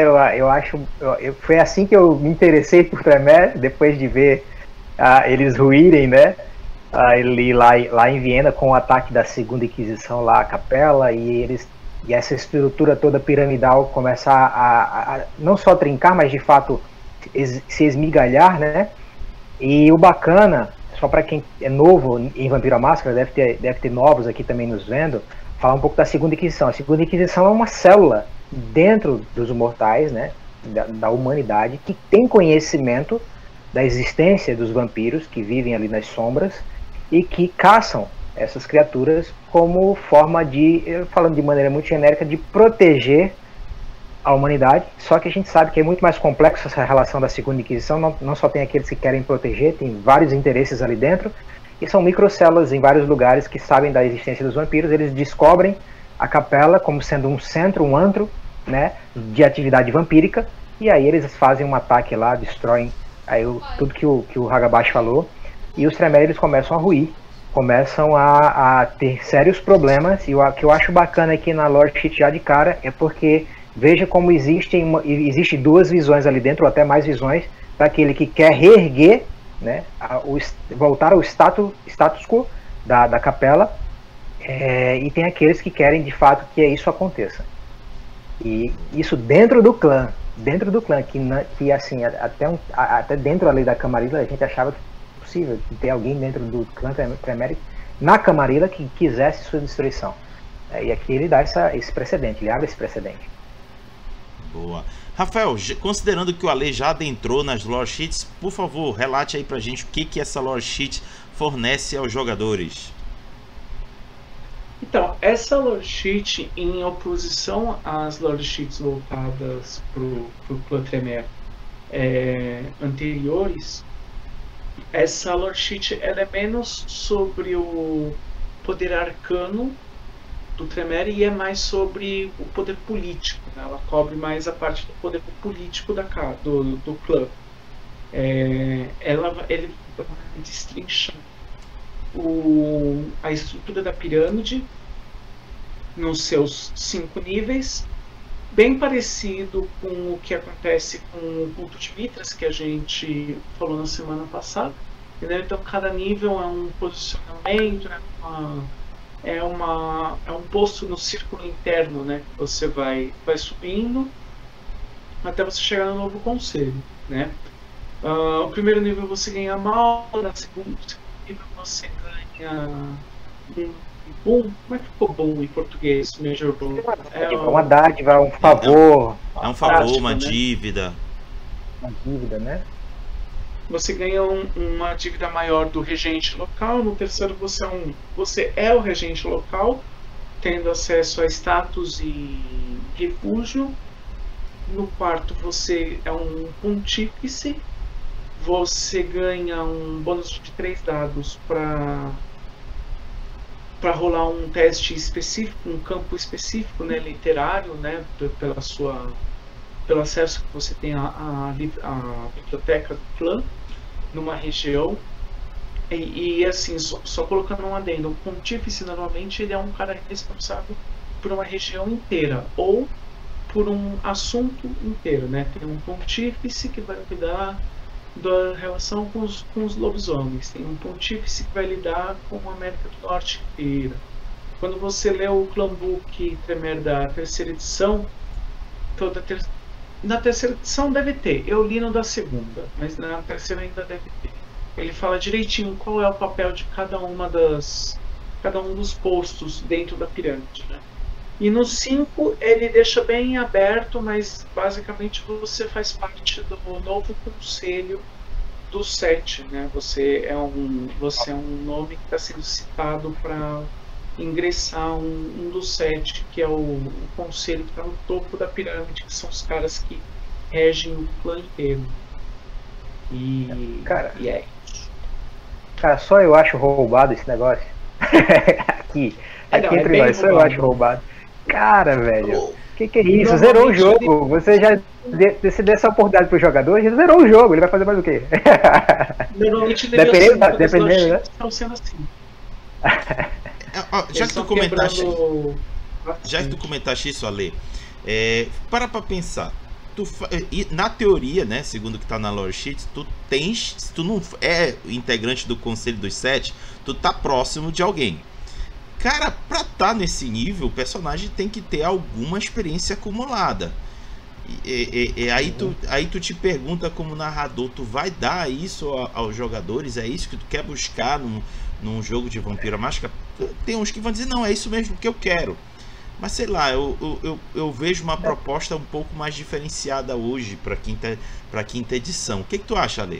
Foi assim que eu me interessei por Tremere, depois de ver eles ruírem, né? Ele lá em Viena com o ataque da Segunda Inquisição lá à capela, e essa estrutura toda piramidal começar a não só trincar, mas de fato se esmigalhar, né? E o bacana, só para quem é novo em Vampiro à Máscara, deve ter novos aqui também nos vendo, falar um pouco da Segunda Inquisição. A Segunda Inquisição é uma célula dentro dos mortais, né, da humanidade, que tem conhecimento da existência dos vampiros que vivem ali nas sombras e que caçam essas criaturas como forma de, falando de maneira muito genérica, de proteger a humanidade. Só que a gente sabe que é muito mais complexo essa relação da Segunda Inquisição. Não só tem aqueles que querem proteger, tem vários interesses ali dentro, e são microcélulas em vários lugares que sabem da existência dos vampiros. Eles descobrem a capela como sendo um centro, um antro, né, de atividade vampírica, e aí eles fazem um ataque lá, destroem aí tudo que o Hagabashi falou, e os Tremere eles começam a ruir, começam a ter sérios problemas. E o que eu acho bacana aqui na lore sheet já de cara é porque veja como existe duas visões ali dentro, ou até mais visões, daquele que quer reerguer, né, voltar ao status quo da capela, e tem aqueles que querem de fato que isso aconteça. E isso dentro do clã, que assim, até dentro ali da Camarilla a gente achava possível ter alguém dentro do clã Tremere na Camarilla que quisesse sua destruição. E aqui ele dá esse precedente, ele abre esse precedente. Boa. Rafael, considerando que o Ale já adentrou nas lore sheets, por favor, relate aí pra gente o que essa lore sheet fornece aos jogadores. Então, essa lore sheet, em oposição às lore sheets voltadas pro clã Tremere anteriores, essa lore sheet ela é menos sobre o poder arcano do Tremere e é mais sobre o poder político, né? Ela cobre mais a parte do poder político do clã. Ele destrincha a estrutura da pirâmide nos seus 5 níveis, bem parecido com o que acontece com o culto de Mithras, que a gente falou na semana passada, entendeu? Então cada nível é um posicionamento, é um posto no círculo interno, né? Você vai subindo até você chegar no novo conselho, né? O primeiro nível você ganha mal, no segundo nível você ganha boom. Como é que ficou boom em português? Major boom. Uma dádiva, um favor. É um favor, prática, uma né? dívida. Uma dívida, né? Você ganha uma dívida maior do regente local. No terceiro você é o regente local, tendo acesso a status e refúgio. No quarto você é um pontífice. você ganha um bônus de 3 dados para rolar um teste específico, um campo específico, né, literário, né, pelo acesso que você tem à biblioteca do clã numa região. E assim, só colocando um adendo, o pontífice normalmente ele é um cara responsável por uma região inteira ou por um assunto inteiro, né? Tem um pontífice que vai cuidar da relação com os lobisomens, tem um pontífice que vai lidar com a América do Norte inteira. Quando você lê o Clan Book Tremere da terceira edição, na terceira edição deve ter, eu li no da segunda, mas na terceira ainda deve ter. Ele fala direitinho qual é o papel de cada um dos postos dentro da pirâmide, né? E no 5 ele deixa bem aberto, mas basicamente você faz parte do novo conselho do 7, né? Você é um nome que está sendo citado para ingressar um dos 7, que é o conselho que está no topo da pirâmide, que são os caras que regem o clã inteiro. E é isso. Cara, só eu acho roubado esse negócio. aqui entre nós, só eu acho roubado. Cara, velho, que é isso? Zerou o jogo. Você já decidiu essa oportunidade pro jogador, já zerou o jogo, ele vai fazer mais o quê? Normalmente dependendo, né? Estão sendo assim. Já que tu comentaste isso, Ale, para pensar. Na teoria, né, segundo o que tá na lore sheet, se tu não é integrante do Conselho dos 7, tu tá próximo de alguém. Cara, pra tá nesse nível, o personagem tem que ter alguma experiência acumulada. Aí tu te pergunta como narrador, tu vai dar isso aos jogadores? É isso que tu quer buscar num jogo de Vampira Máscara? Tem uns que vão dizer, não, é isso mesmo que eu quero. Mas sei lá, eu vejo uma proposta um pouco mais diferenciada hoje para quinta edição. O que tu acha, Ale?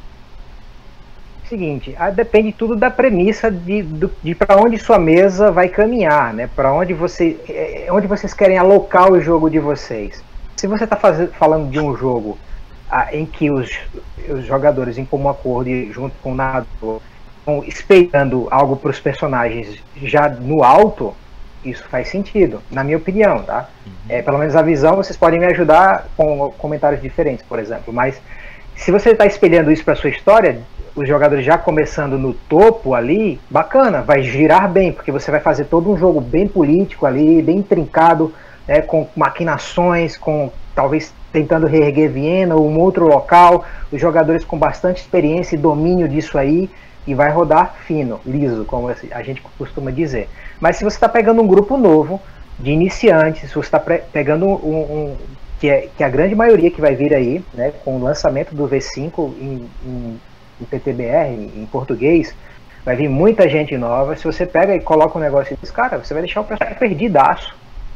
Seguinte, depende tudo da premissa de para onde sua mesa vai caminhar, né? Para onde vocês querem alocar o jogo de vocês. Se você está falando de um jogo em que os jogadores em comum acordo e junto com o narrador estão espelhando algo para os personagens já no alto, isso faz sentido, na minha opinião, tá? Pelo menos a visão, vocês podem me ajudar com comentários diferentes, por exemplo, mas se você está espelhando isso para sua história, os jogadores já começando no topo ali, bacana, vai girar bem, porque você vai fazer todo um jogo bem político ali, bem intrincado, né, com maquinações, com talvez tentando reerguer Viena ou um outro local, os jogadores com bastante experiência e domínio disso aí, e vai rodar fino, liso, como a gente costuma dizer. Mas se você está pegando um grupo novo, de iniciantes, se você está pegando que é a grande maioria que vai vir aí, né, com o lançamento do V5 em PTBR, em português, vai vir muita gente nova. Se você pega e coloca um negócio e diz, cara, você vai deixar o pessoal perdidaço,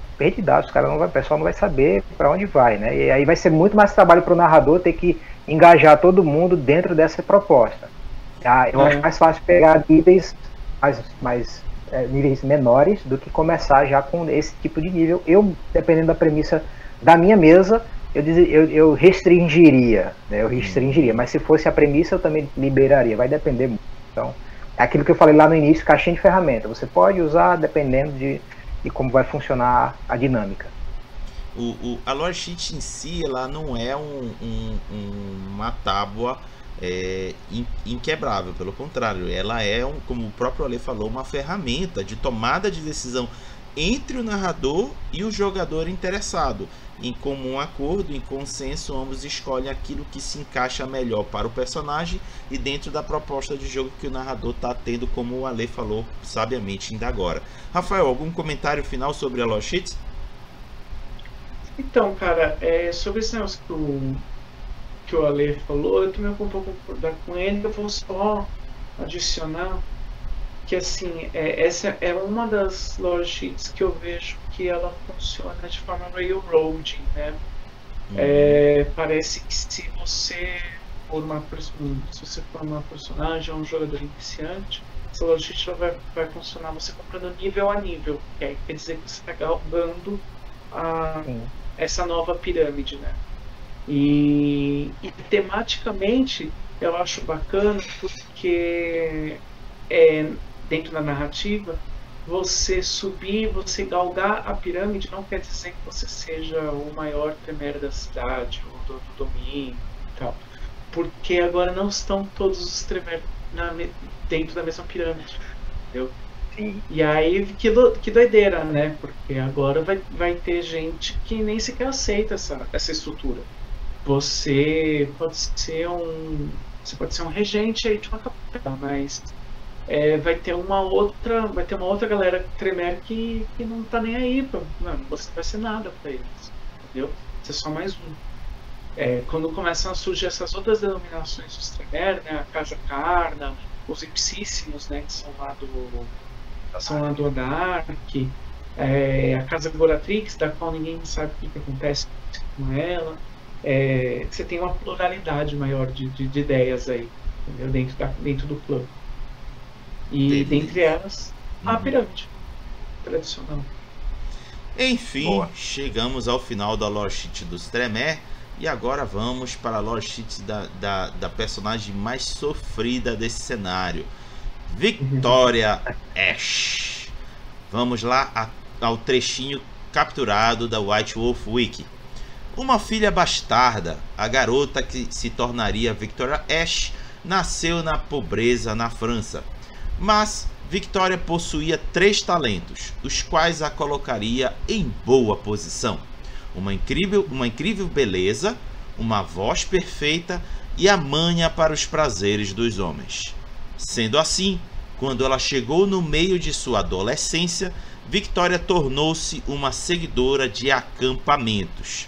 o pessoal não vai saber para onde vai, né? E aí vai ser muito mais trabalho para o narrador ter que engajar todo mundo dentro dessa proposta. Eu acho mais fácil pegar níveis níveis menores do que começar já com esse tipo de nível. Eu, dependendo da premissa da minha mesa, eu restringiria, né? Mas se fosse a premissa, eu também liberaria, vai depender muito. Então, é aquilo que eu falei lá no início, caixinha de ferramenta, você pode usar dependendo de como vai funcionar a dinâmica. A lore sheet em si, ela não é uma tábua inquebrável, pelo contrário, ela é, como o próprio Ale falou, uma ferramenta de tomada de decisão entre o narrador e o jogador interessado. Em comum acordo, em consenso, ambos escolhem aquilo que se encaixa melhor para o personagem e dentro da proposta de jogo que o narrador está tendo, como o Ale falou sabiamente ainda agora. Rafael, algum comentário final sobre a lore sheet? Então, cara, sobre esse negócio que o Ale falou, eu também vou concordar com ele. Eu vou só adicionar que, assim, essa é uma das lore sheets que eu vejo que ela funciona de forma railroading, né? Parece que se você for uma personagem ou um jogador iniciante, essa lore sheet vai funcionar você comprando nível a nível, que quer dizer que você está galgando essa nova pirâmide, né? E tematicamente eu acho bacana porque dentro da narrativa, você subir, você galgar a pirâmide não quer dizer que você seja o maior Tremere da cidade ou do domínio e tal. Porque agora não estão todos os Tremere dentro da mesma pirâmide, entendeu? Sim. E aí, que doideira, né? Porque agora vai ter gente que nem sequer aceita essa estrutura. Você pode ser um regente aí de uma capela, mas vai ter uma outra galera Tremere que não tá nem aí, não, você não vai ser nada pra eles, entendeu? Você é só mais um. Quando começam a surgir essas outras denominações dos Tremere, né, a Casa Carna, os Ipsíssimos, né, que são lá do Anark, a Casa Goratrix, da qual ninguém sabe o que acontece com ela. Você tem uma pluralidade maior de ideias aí, entendeu? Dentro do clã. E dentre elas, a pirâmide tradicional. Enfim, Boa. chegamos ao final da lore sheet dos Tremere. E agora vamos para a lore sheet da personagem mais sofrida desse cenário, Victoria Ash. Vamos lá ao trechinho capturado da White Wolf Wiki. Uma filha bastarda, a garota que se tornaria Victoria Ash, nasceu na pobreza na França. Mas Victoria possuía 3 talentos, os quais a colocaria em boa posição. Uma incrível beleza, uma voz perfeita e a manha para os prazeres dos homens. Sendo assim, quando ela chegou no meio de sua adolescência, Victoria tornou-se uma seguidora de acampamentos.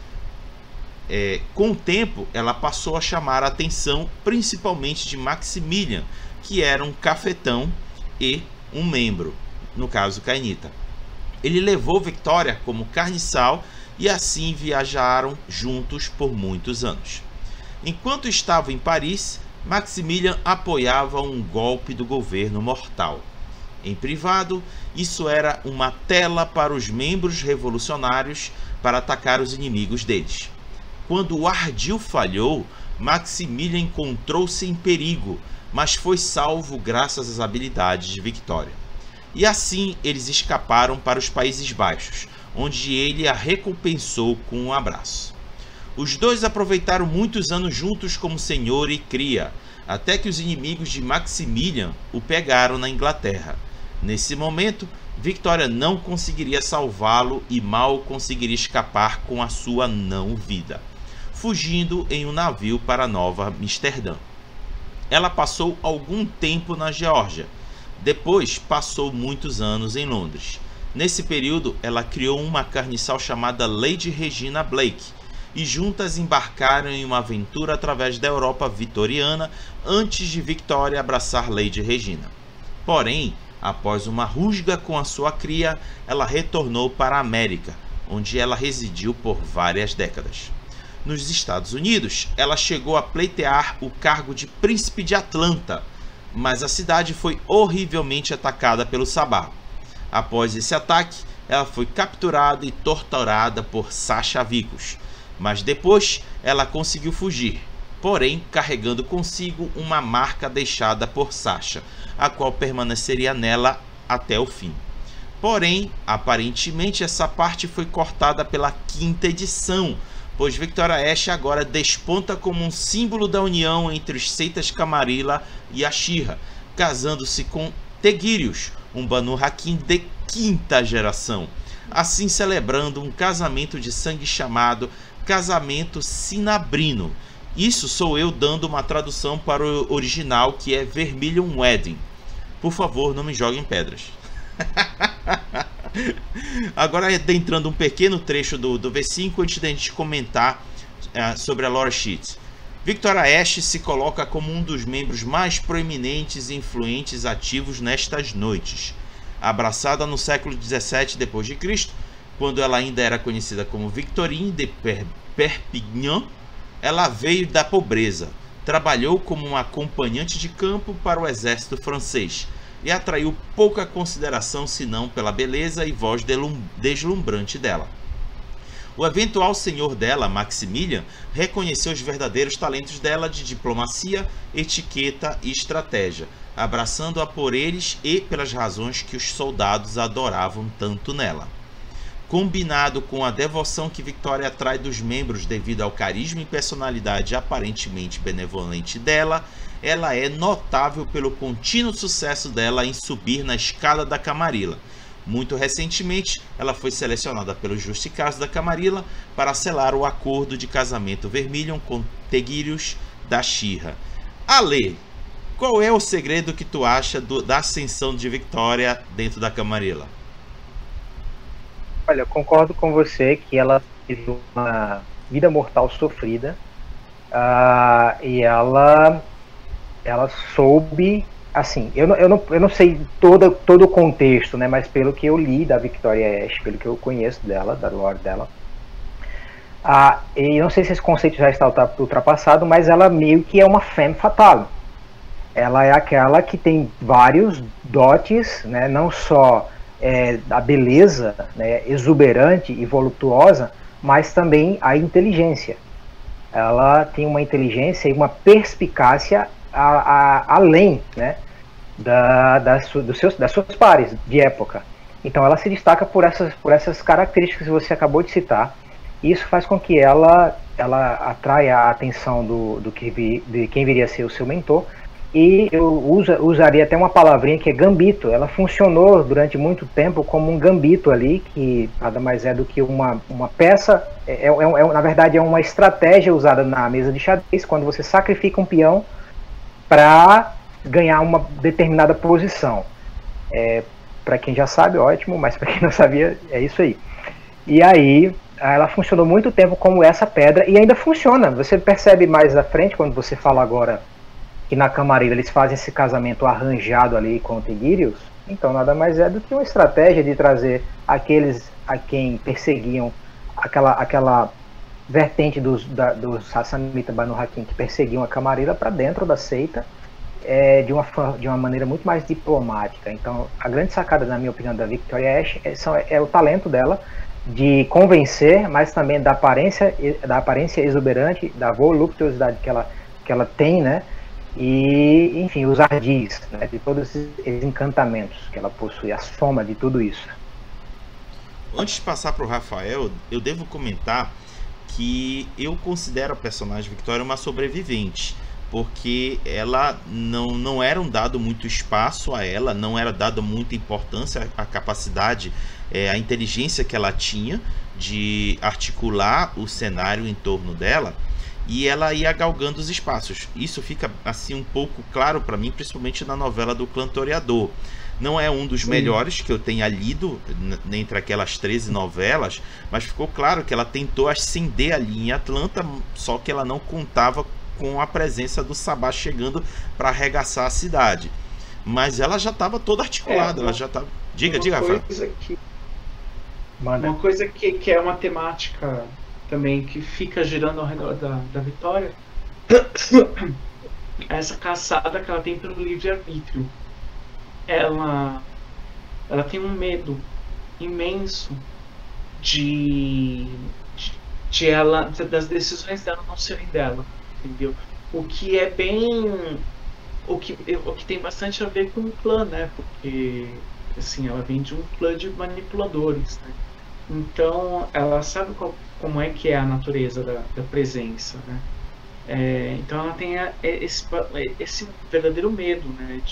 Com o tempo, ela passou a chamar a atenção principalmente de Maximilian, que era um cafetão e um membro, no caso Cainita. Ele levou Victoria como carniçal e assim viajaram juntos por muitos anos. Enquanto estava em Paris, Maximilian apoiava um golpe do governo mortal. Em privado, isso era uma tela para os membros revolucionários para atacar os inimigos deles. Quando o ardil falhou, Maximilian encontrou-se em perigo, mas foi salvo graças às habilidades de Victoria. E assim eles escaparam para os Países Baixos, onde ele a recompensou com um abraço. Os dois aproveitaram muitos anos juntos como senhor e cria, até que os inimigos de Maximilian o pegaram na Inglaterra. Nesse momento, Victoria não conseguiria salvá-lo e mal conseguiria escapar com a sua não-vida, fugindo em um navio para Nova Amsterdã. Ela passou algum tempo na Geórgia. Depois passou muitos anos em Londres. Nesse período, ela criou uma carniçal chamada Lady Regina Blake, e juntas embarcaram em uma aventura através da Europa vitoriana antes de Victoria abraçar Lady Regina. Porém, após uma rusga com a sua cria, ela retornou para a América, onde ela residiu por várias décadas. Nos Estados Unidos, ela chegou a pleitear o cargo de Príncipe de Atlanta, mas a cidade foi horrivelmente atacada pelo Sabá. Após esse ataque, ela foi capturada e torturada por Sasha Vicus, mas depois ela conseguiu fugir, porém carregando consigo uma marca deixada por Sasha, a qual permaneceria nela até o fim. Porém, aparentemente essa parte foi cortada pela 5ª edição, pois Victoria Ash agora desponta como um símbolo da união entre os Seitas Camarilla e Ashira, casando-se com Tegirius, um Banu Hakim de 5ª geração, assim celebrando um casamento de sangue chamado Casamento Sinabrino. Isso sou eu dando uma tradução para o original, que é Vermilion Wedding. Por favor, não me joguem pedras. Agora, adentrando um pequeno trecho do V5 antes da gente comentar sobre a lore sheet. Victoria Ash se coloca como um dos membros mais proeminentes e influentes ativos nestas noites. Abraçada no século 17 d.C., quando ela ainda era conhecida como Victorine de Perpignan, ela veio da pobreza, trabalhou como uma acompanhante de campo para o exército francês e atraiu pouca consideração senão pela beleza e voz deslumbrante dela. O eventual senhor dela, Maximilian, reconheceu os verdadeiros talentos dela de diplomacia, etiqueta e estratégia, abraçando-a por eles e pelas razões que os soldados adoravam tanto nela. Combinado com a devoção que Victoria atrai dos membros devido ao carisma e personalidade aparentemente benevolente dela, ela é notável pelo contínuo sucesso dela em subir na escada da Camarilla. Muito recentemente, ela foi selecionada pelos Justicados da Camarilla para selar o acordo de casamento Vermilion com Teghirius da Shira. Ale, qual é o segredo que tu acha da ascensão de Victoria dentro da Camarilla? Olha, eu concordo com você que ela teve uma vida mortal sofrida, e ela soube, assim, eu não sei todo o contexto, né, mas pelo que eu li da Victoria Ash, pelo que eu conheço dela, da lore dela, e não sei se esse conceito já está ultrapassado, mas ela meio que é uma femme fatale. Ela é aquela que tem vários dotes, né, não só a beleza, né, exuberante e voluptuosa, mas também a inteligência. Ela tem uma inteligência e uma perspicácia além, né, das suas pares de época. Então ela se destaca por essas características que você acabou de citar. E isso faz com que ela atraia a atenção de quem viria a ser o seu mentor. E eu usaria até uma palavrinha que é gambito. Ela funcionou durante muito tempo como um gambito ali, que nada mais é do que uma peça, na verdade é uma estratégia usada na mesa de xadrez, quando você sacrifica um peão para ganhar uma determinada posição. Para quem já sabe, ótimo, mas para quem não sabia, é isso aí. E aí, ela funcionou muito tempo como essa pedra, e ainda funciona. Você percebe mais à frente, quando você fala agora que na Camarilla eles fazem esse casamento arranjado ali com o Teghirius, então nada mais é do que uma estratégia de trazer aqueles a quem perseguiam, aquela vertente dos Hassanita Banu Hakim que perseguiam a Camarilla para dentro da seita, de uma maneira muito mais diplomática. Então a grande sacada, na minha opinião, da Victoria Ash é o talento dela de convencer, mas também da aparência exuberante, da voluptuosidade que ela tem, né? E, enfim, os ardis, né, de todos esses encantamentos que ela possui, a soma de tudo isso. Antes de passar para o Rafael, eu devo comentar que eu considero a personagem Victoria uma sobrevivente, porque ela não era dado muito espaço a ela, não era dada muita importância à capacidade, a inteligência que ela tinha de articular o cenário em torno dela, e ela ia galgando os espaços. Isso fica assim um pouco claro para mim, principalmente na novela do Clã Toreador. Não é um dos melhores que eu tenha lido entre aquelas 13 novelas, mas ficou claro que ela tentou ascender ali em Atlanta, só que ela não contava com a presença do Sabá chegando para arregaçar a cidade. Mas ela já estava toda articulada, ela já estava... Diga, Rafael. Uma coisa que é uma temática também que fica girando ao redor da Victoria, essa caçada que ela tem pelo livre-arbítrio. Ela tem um medo imenso das decisões dela não serem dela, entendeu? O que é bem... O que tem bastante a ver com o clã, né? Porque, assim, ela vem de um clã de manipuladores, né? Então, ela sabe como é que é a natureza da presença, né? Então, ela tem esse verdadeiro medo, né?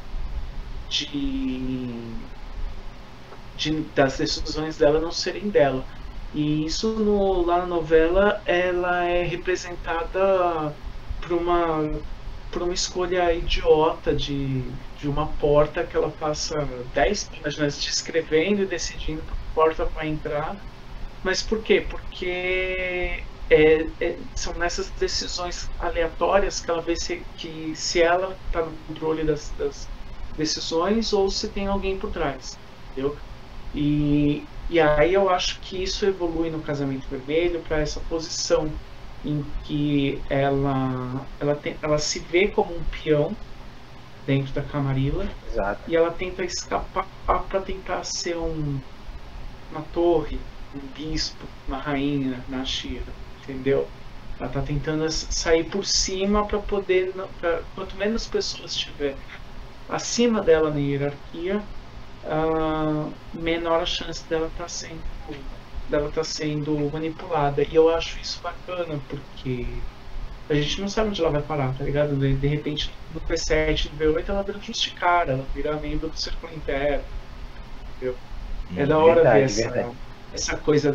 Das decisões dela não serem dela. E isso lá na novela, ela é representada por uma escolha idiota de uma porta que ela passa 10 páginas descrevendo e decidindo qual porta vai entrar. Mas por quê? Porque são nessas decisões aleatórias que ela vê se ela está no controle das decisões ou se tem alguém por trás, entendeu? E aí eu acho que isso evolui no Casamento Vermelho para essa posição em que ela se vê como um peão dentro da Camarilla. Exato. E ela tenta escapar para tentar ser uma torre, um bispo, uma rainha na She-Ra, entendeu? Ela tá tentando sair por cima para poder, quanto menos pessoas tiver acima dela na hierarquia, menor a chance dela tá sendo manipulada. E eu acho isso bacana, porque a gente não sabe onde ela vai parar, tá ligado? De repente, no P7, no V8, ela vira Justicara, ela vira membro do Círculo Interno, entendeu? É da hora ver essa coisa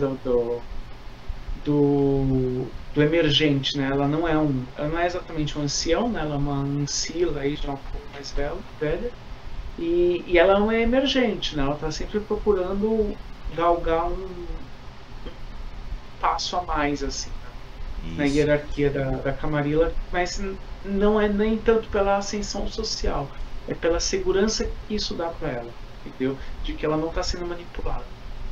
do emergente, né? Ela não é exatamente um ancião, né? Ela é uma ancila aí, já um pouco mais velha. E ela não é emergente, né? Ela tá sempre procurando galgar um passo a mais, assim, né? Na hierarquia da Camarilla, mas não é nem tanto pela ascensão social, é pela segurança que isso dá para ela, entendeu? De que ela não está sendo manipulada.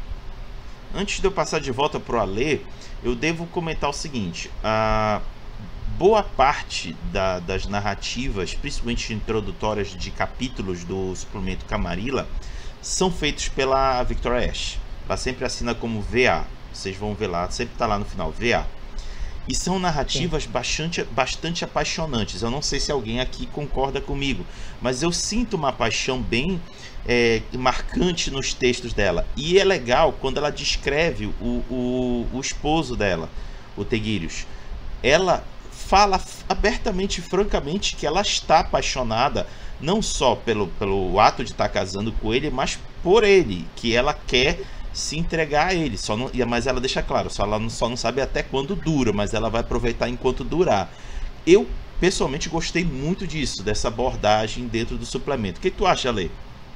Antes de eu passar de volta pro Alê, eu devo comentar o seguinte: a boa parte das narrativas, principalmente introdutórias de capítulos do suplemento Camarilla, são feitos pela Victoria Ash. Ela sempre assina como VA, vocês vão ver lá, sempre está lá no final, VA. E são narrativas bastante apaixonantes. Eu não sei se alguém aqui concorda comigo, mas eu sinto uma paixão bem marcante nos textos dela. E é legal quando ela descreve o esposo dela, o Teghirius. Ela fala abertamente e francamente que ela está apaixonada não só pelo ato de estar casando com ele, mas por ele, que ela quer se entregar a ele, mas ela deixa claro, ela só não sabe até quando dura, mas ela vai aproveitar enquanto durar. Eu pessoalmente gostei muito disso, dessa abordagem dentro do suplemento. O que tu acha, Lê?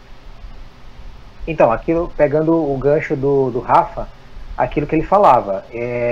Então, aquilo, pegando o gancho do Rafa, aquilo que ele falava,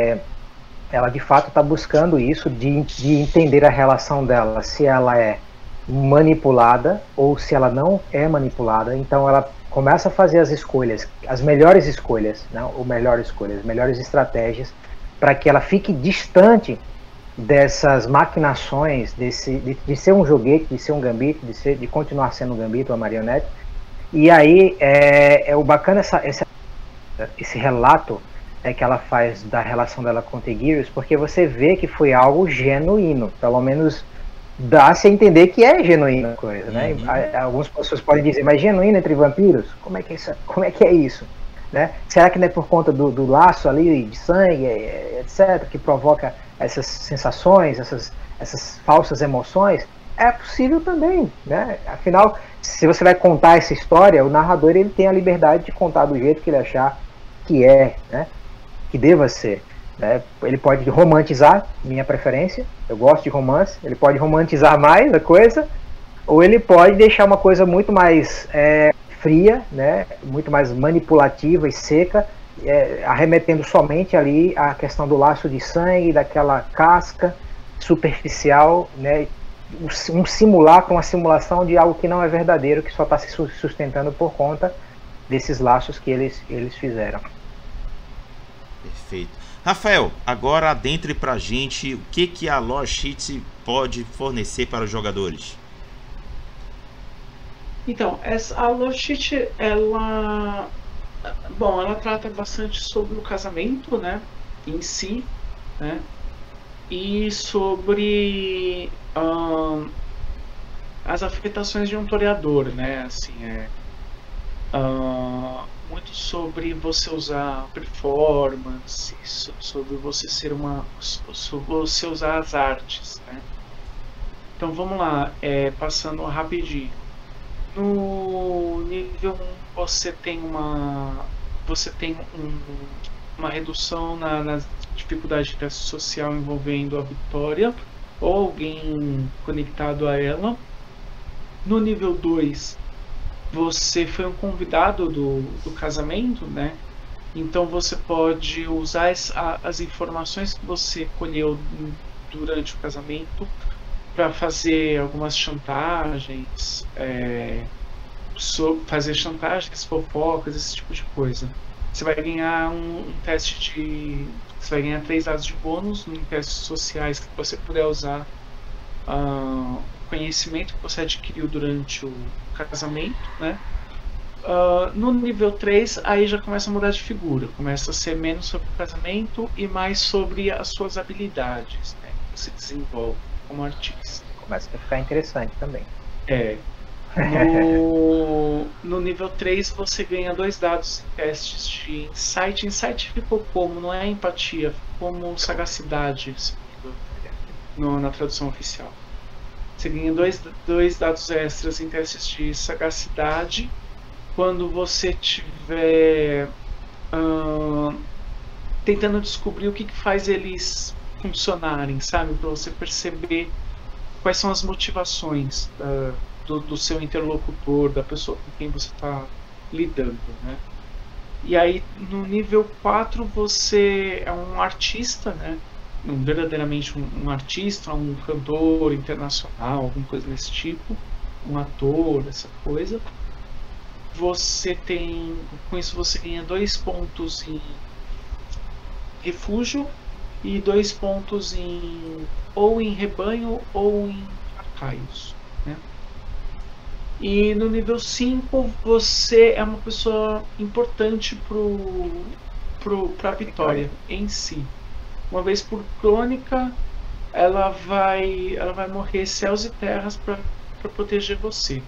ela de fato está buscando isso, de entender a relação dela, se ela é manipulada ou se ela não é manipulada. Então ela começa a fazer as escolhas, as melhores escolhas, não, ou melhores escolhas, melhores estratégias, para que ela fique distante dessas maquinações, de ser um joguete, de ser um gambito, de continuar sendo um gambito, uma marionete. E aí o bacana esse relato que ela faz da relação dela com Teghirius, porque você vê que foi algo genuíno, pelo menos dá-se a entender que é genuína a coisa, né? Algumas pessoas podem dizer, mas genuíno entre vampiros? Como é que é isso? Né? Será que não é por conta do laço ali de sangue, etc., que provoca essas sensações, essas falsas emoções? É possível também, né? Afinal, se você vai contar essa história, o narrador ele tem a liberdade de contar do jeito que ele achar que né? Que deva ser. Né? Ele pode romantizar, minha preferência, eu gosto de romance, ele pode romantizar mais a coisa, ou ele pode deixar uma coisa muito mais fria, né? Muito mais manipulativa e seca, arremetendo somente ali a questão do laço de sangue, daquela casca superficial, né? Um simulacro, uma simulação de algo que não é verdadeiro, que só está se sustentando por conta desses laços que eles fizeram. Perfeito. Rafael, agora adentre pra gente o que a Lore Sheet pode fornecer para os jogadores. Então, a Lore Sheet, ela trata bastante sobre o casamento, né, em si, né, e sobre as afetações de um toreador, né, assim, muito sobre você usar performance, sobre você sobre você usar as artes, né? Então vamos lá, passando rapidinho. No nível 1 você tem uma redução na dificuldade de teste social envolvendo a Victoria ou alguém conectado a ela. No nível 2 você foi um convidado do casamento, né? Então você pode usar as informações que você colheu durante o casamento para fazer algumas chantagens, fazer chantagens, fofocas, esse tipo de coisa. Você vai ganhar você vai ganhar 3 dados de bônus em testes sociais que você puder usar o conhecimento que você adquiriu durante o casamento, né? No nível 3, aí já começa a mudar de figura. Começa a ser menos sobre o casamento e mais sobre as suas habilidades, né, que você desenvolve como artista. Começa a ficar interessante também. No nível 3 você ganha 2 dados em testes de insight. Insight ficou como? Não é empatia, ficou como sagacidade na tradução oficial. Você ganha 2 dados extras em testes de sagacidade quando você estiver tentando descobrir o que faz eles funcionarem, sabe? Para você perceber quais são as motivações do seu interlocutor, da pessoa com quem você está lidando, né? E aí no nível 4 você é um artista, né? Verdadeiramente um artista, um cantor internacional, alguma coisa desse tipo, um ator, essa coisa. Você tem, com isso você ganha 2 pontos em refúgio e 2 pontos ou em rebanho ou em lacaios, né? E no nível 5 você é uma pessoa importante para a vitória em si. Uma vez por crônica, ela vai morrer céus e terras para proteger você.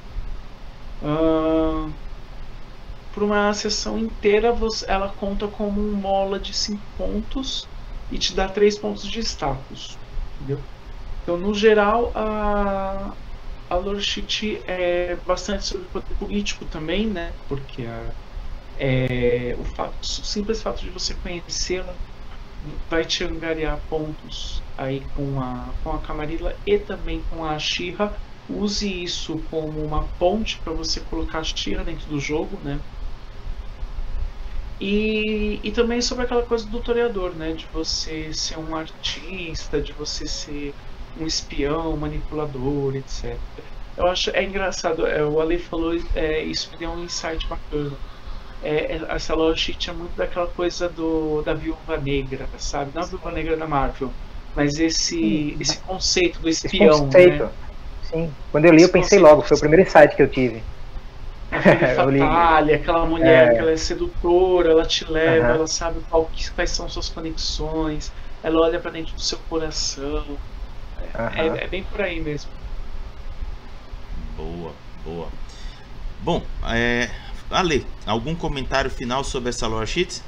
Por uma sessão inteira, ela conta como um mola de 5 pontos e te dá 3 pontos de status. Entendeu? Então, no geral, a lore sheet é bastante sobre poder político também, né? Porque o simples fato de você conhecê-la vai te angariar pontos aí com a Camarilla e também com a Shira. Use isso como uma ponte para você colocar a Shira dentro do jogo, né? E também sobre aquela coisa do toreador, né? De você ser um artista, de você ser um espião, manipulador, etc. Eu acho engraçado, o Ale falou, isso me deu um insight bacana. Essa lore sheet é muito daquela coisa da Viúva Negra, sabe? Não a Viúva Negra da Marvel, mas esse conceito do espião. Esse conceito, né? Sim. Quando eu li, eu pensei logo, foi o primeiro insight que eu tive. A Fatale, aquela mulher que ela é sedutora, ela te leva, ela sabe quais são suas conexões, ela olha pra dentro do seu coração. É bem por aí mesmo. Boa. Bom, Ale, algum comentário final sobre essa lore sheet?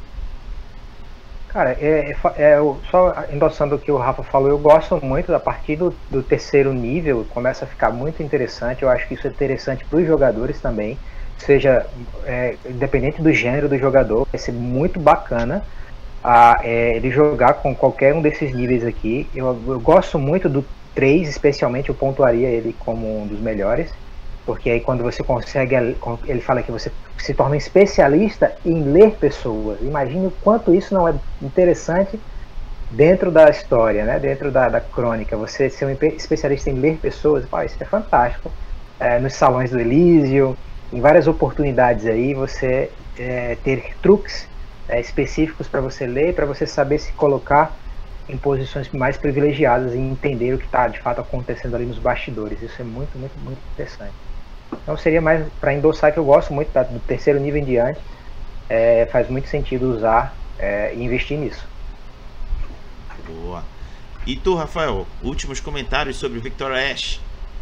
Cara, só endossando o que o Rafa falou, eu gosto muito, a partir do terceiro nível começa a ficar muito interessante. Eu acho que isso é interessante para os jogadores também, seja independente do gênero do jogador, vai ser muito bacana ele jogar com qualquer um desses níveis aqui. Eu gosto muito do 3, especialmente, eu pontuaria ele como um dos melhores, porque aí quando você consegue, ele fala que você se torna um especialista em ler pessoas. Imagine o quanto isso não é interessante dentro da história, né? Dentro da crônica, você ser um especialista em ler pessoas, isso é fantástico. Nos salões do Elísio, em várias oportunidades aí, você ter truques específicos para você ler, para você saber se colocar em posições mais privilegiadas e entender o que está de fato acontecendo ali nos bastidores. Isso é muito, muito, muito interessante. Então seria mais para endossar que eu gosto muito do terceiro nível em diante. Faz muito sentido usar e investir nisso. Boa. E tu, Rafael, últimos comentários sobre Victor Ash?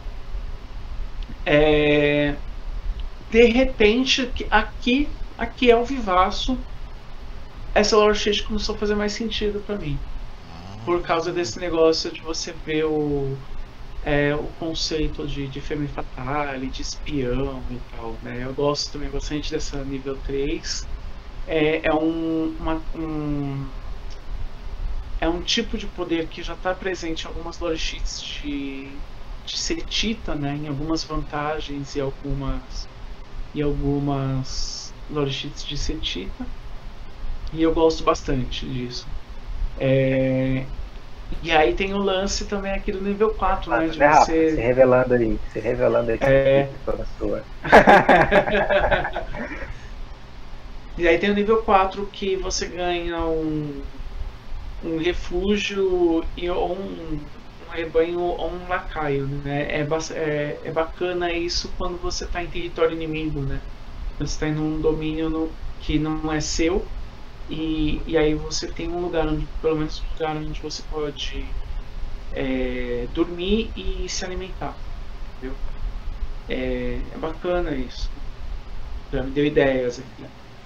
De repente, aqui ao vivaço, essa lore sheet começou a fazer mais sentido para mim. Por causa desse negócio de você ver o conceito de femme fatale, de espião e tal, né? Eu gosto também bastante dessa nível 3. É um tipo de poder que já está presente em algumas lore sheets de Setita, né? Em algumas vantagens e algumas lore sheets de Setita. E eu gosto bastante disso. E aí tem o lance também aqui do nível 4, né? De você... Se revelando ali. Toda sua. E aí tem o nível 4 que você ganha um refúgio ou um rebanho ou um lacaio, né? É bacana isso quando você está em território inimigo, né? Você está em um domínio que não é seu, e aí você tem um lugar onde, pelo menos um lugar onde você pode dormir e se alimentar, entendeu? É bacana isso. Já me deu ideias aqui.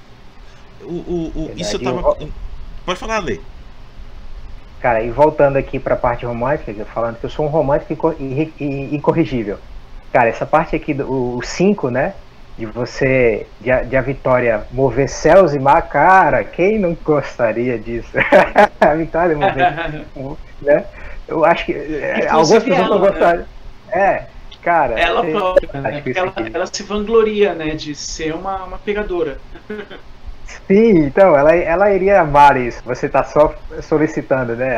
Isso eu tava. Pode falar, Lê. Cara, e voltando aqui para a parte romântica, falando que eu sou um romântico incorrigível. Cara, essa parte aqui do 5, né? De a Vitória mover céus e mar, cara, quem não gostaria disso? A Vitória mover, né? Eu acho que algumas pessoas não gostariam. Né? Cara, ela própria, né? Ela se vangloria, né, de ser uma pegadora. Sim, então, ela iria amar isso. Você tá só solicitando, né?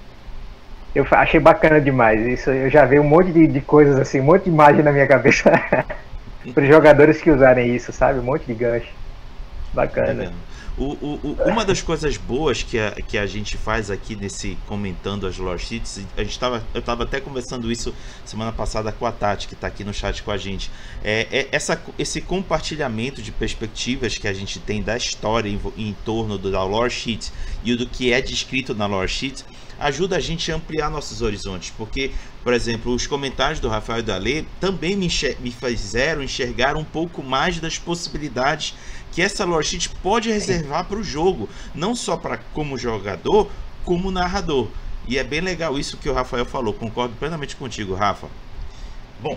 Eu achei bacana demais. Isso, eu já vi um monte de coisas assim, um monte de imagem na minha cabeça para os jogadores que usarem isso, sabe? Um monte de gancho. Bacana. Uma das coisas boas que a gente faz aqui nesse comentando as lore sheets, eu estava até conversando isso semana passada com a Tati, que está aqui no chat com a gente, esse compartilhamento de perspectivas que a gente tem da história em torno da lore sheet e do que é descrito na lore sheet ajuda a gente a ampliar nossos horizontes, porque, por exemplo, os comentários do Rafael e do Ale também me fizeram enxergar um pouco mais das possibilidades que essa lore sheet pode reservar para o jogo, não só para como jogador, como narrador. E é bem legal isso que o Rafael falou, concordo plenamente contigo, Rafa. Bom,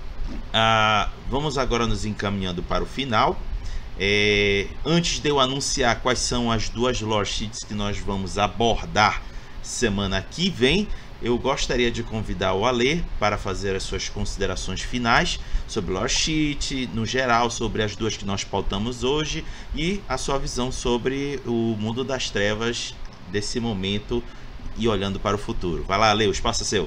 vamos agora nos encaminhando para o final. Antes de eu anunciar quais são as duas lore sheets que nós vamos abordar semana que vem, eu gostaria de convidar o Ale para fazer as suas considerações finais sobre lore sheet, no geral, sobre as duas que nós pautamos hoje e a sua visão sobre o mundo das trevas desse momento e olhando para o futuro. Vai lá, Ale, o espaço é seu.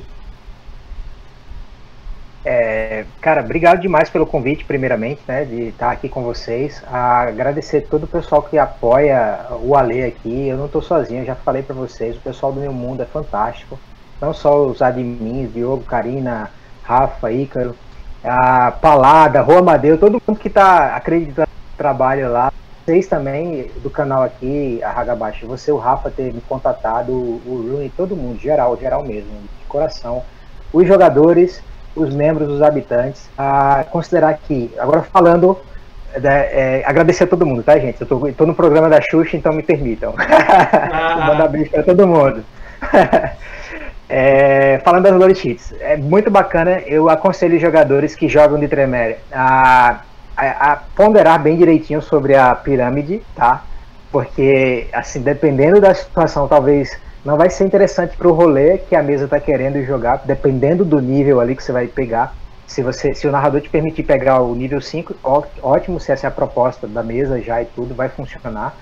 Cara, obrigado demais pelo convite, primeiramente, né, de estar aqui com vocês. Agradecer todo o pessoal que apoia o Ale aqui. Eu não estou sozinho, eu já falei para vocês, o pessoal do Meu Mundo é fantástico. Não só os admins, Diogo, Karina, Rafa, Ícaro, a Palada, Rua Amadeu, todo mundo que está acreditando no trabalho lá. Vocês também, do canal aqui, a Hagabashi, você, o Rafa, ter me contatado, o Rune, todo mundo, geral mesmo, de coração. Os jogadores, os membros, os habitantes, a considerar que, agora falando, agradecer a todo mundo, tá, gente? Eu tô no programa da Xuxa, então me permitam. Vou mandar beijo para todo mundo. Falando das lore sheets, é muito bacana. Eu aconselho os jogadores que jogam de Tremere a ponderar bem direitinho sobre a pirâmide, tá? Porque, assim, dependendo da situação, talvez não vai ser interessante para o rolê que a mesa está querendo jogar, dependendo do nível ali que você vai pegar. Se o narrador te permitir pegar o nível 5, ótimo, se essa é a proposta da mesa já e tudo, vai funcionar.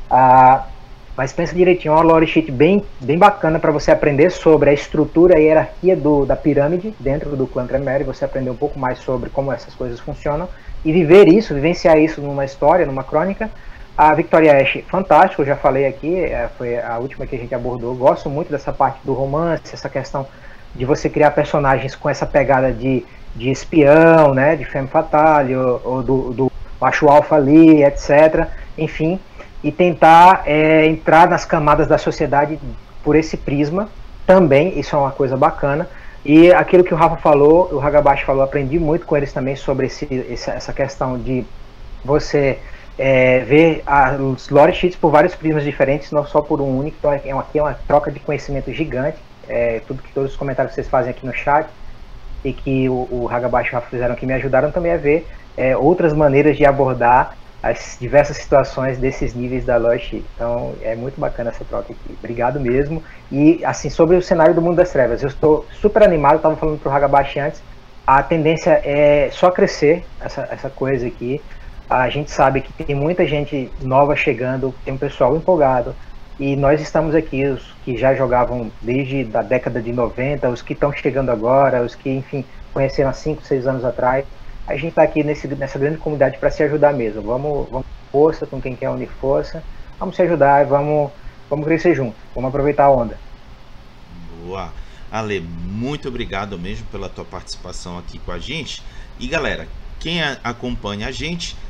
Mas pensa direitinho, é uma lore sheet bem bacana para você aprender sobre a estrutura e a hierarquia da pirâmide dentro do clã Tremere, você aprender um pouco mais sobre como essas coisas funcionam e vivenciar isso numa história, numa crônica. A Victoria Ash, fantástico, eu já falei aqui, foi a última que a gente abordou. Gosto muito dessa parte do romance, essa questão de você criar personagens com essa pegada de espião, né, de femme fatale, ou do macho alfa ali, etc. Enfim, e tentar entrar nas camadas da sociedade por esse prisma também, isso é uma coisa bacana. E aquilo que o Rafa falou, o Hagabashi falou, aprendi muito com eles também sobre essa questão de você ver os lore sheets por vários prismas diferentes, não só por um único. Então aqui é uma troca de conhecimento gigante, todos os comentários que vocês fazem aqui no chat e que o Hagabashi e o Rafa fizeram aqui me ajudaram também a ver outras maneiras de abordar as diversas situações desses níveis da lore sheet. Então é muito bacana essa troca aqui, obrigado mesmo. E assim, sobre o cenário do Mundo das Trevas, eu estou super animado, estava falando para o Hagabashi antes, a tendência é só crescer essa coisa aqui. A gente sabe que tem muita gente nova chegando, tem um pessoal empolgado, e nós estamos aqui, os que já jogavam desde a década de 90, os que estão chegando agora, os que, enfim, conheceram há 5, 6 anos atrás. A gente está aqui nessa grande comunidade para se ajudar mesmo. Vamos força com quem quer unir força, vamos se ajudar e vamos crescer junto, vamos aproveitar a onda. Boa. Ale, muito obrigado mesmo pela tua participação aqui com a gente. E galera, quem acompanha a gente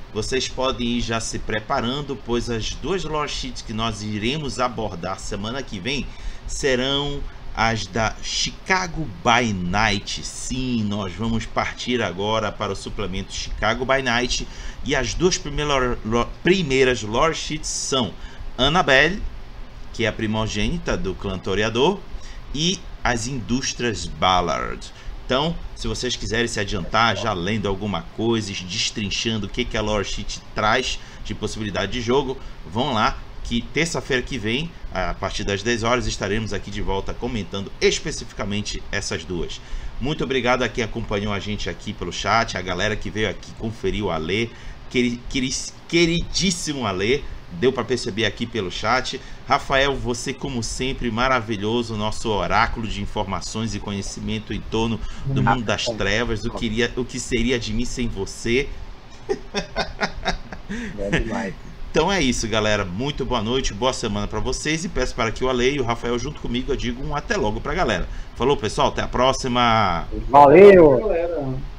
vocês podem ir já se preparando, pois as duas lore sheets que nós iremos abordar semana que vem serão as da Chicago by Night. Sim, nós vamos partir agora para o suplemento Chicago by Night, e as duas primeiras lore sheets são Annabelle, que é a primogênita do clã Toreador, e as Indústrias Ballard. Então, se vocês quiserem se adiantar, já lendo alguma coisa, destrinchando o que a lore sheet traz de possibilidade de jogo, vão lá, que terça-feira que vem, a partir das 10 horas, estaremos aqui de volta comentando especificamente essas duas. Muito obrigado a quem acompanhou a gente aqui pelo chat, a galera que veio aqui conferir o Alê, queridíssimo Alê, deu para perceber aqui pelo chat. Rafael, você como sempre maravilhoso, nosso oráculo de informações e conhecimento em torno do mundo das trevas, o que seria de mim sem você. É demais. Então é isso, galera, muito boa noite, boa semana para vocês, e peço para que o Ale e o Rafael junto comigo eu digo um até logo pra galera. Falou, pessoal, até a próxima. Valeu. Galera.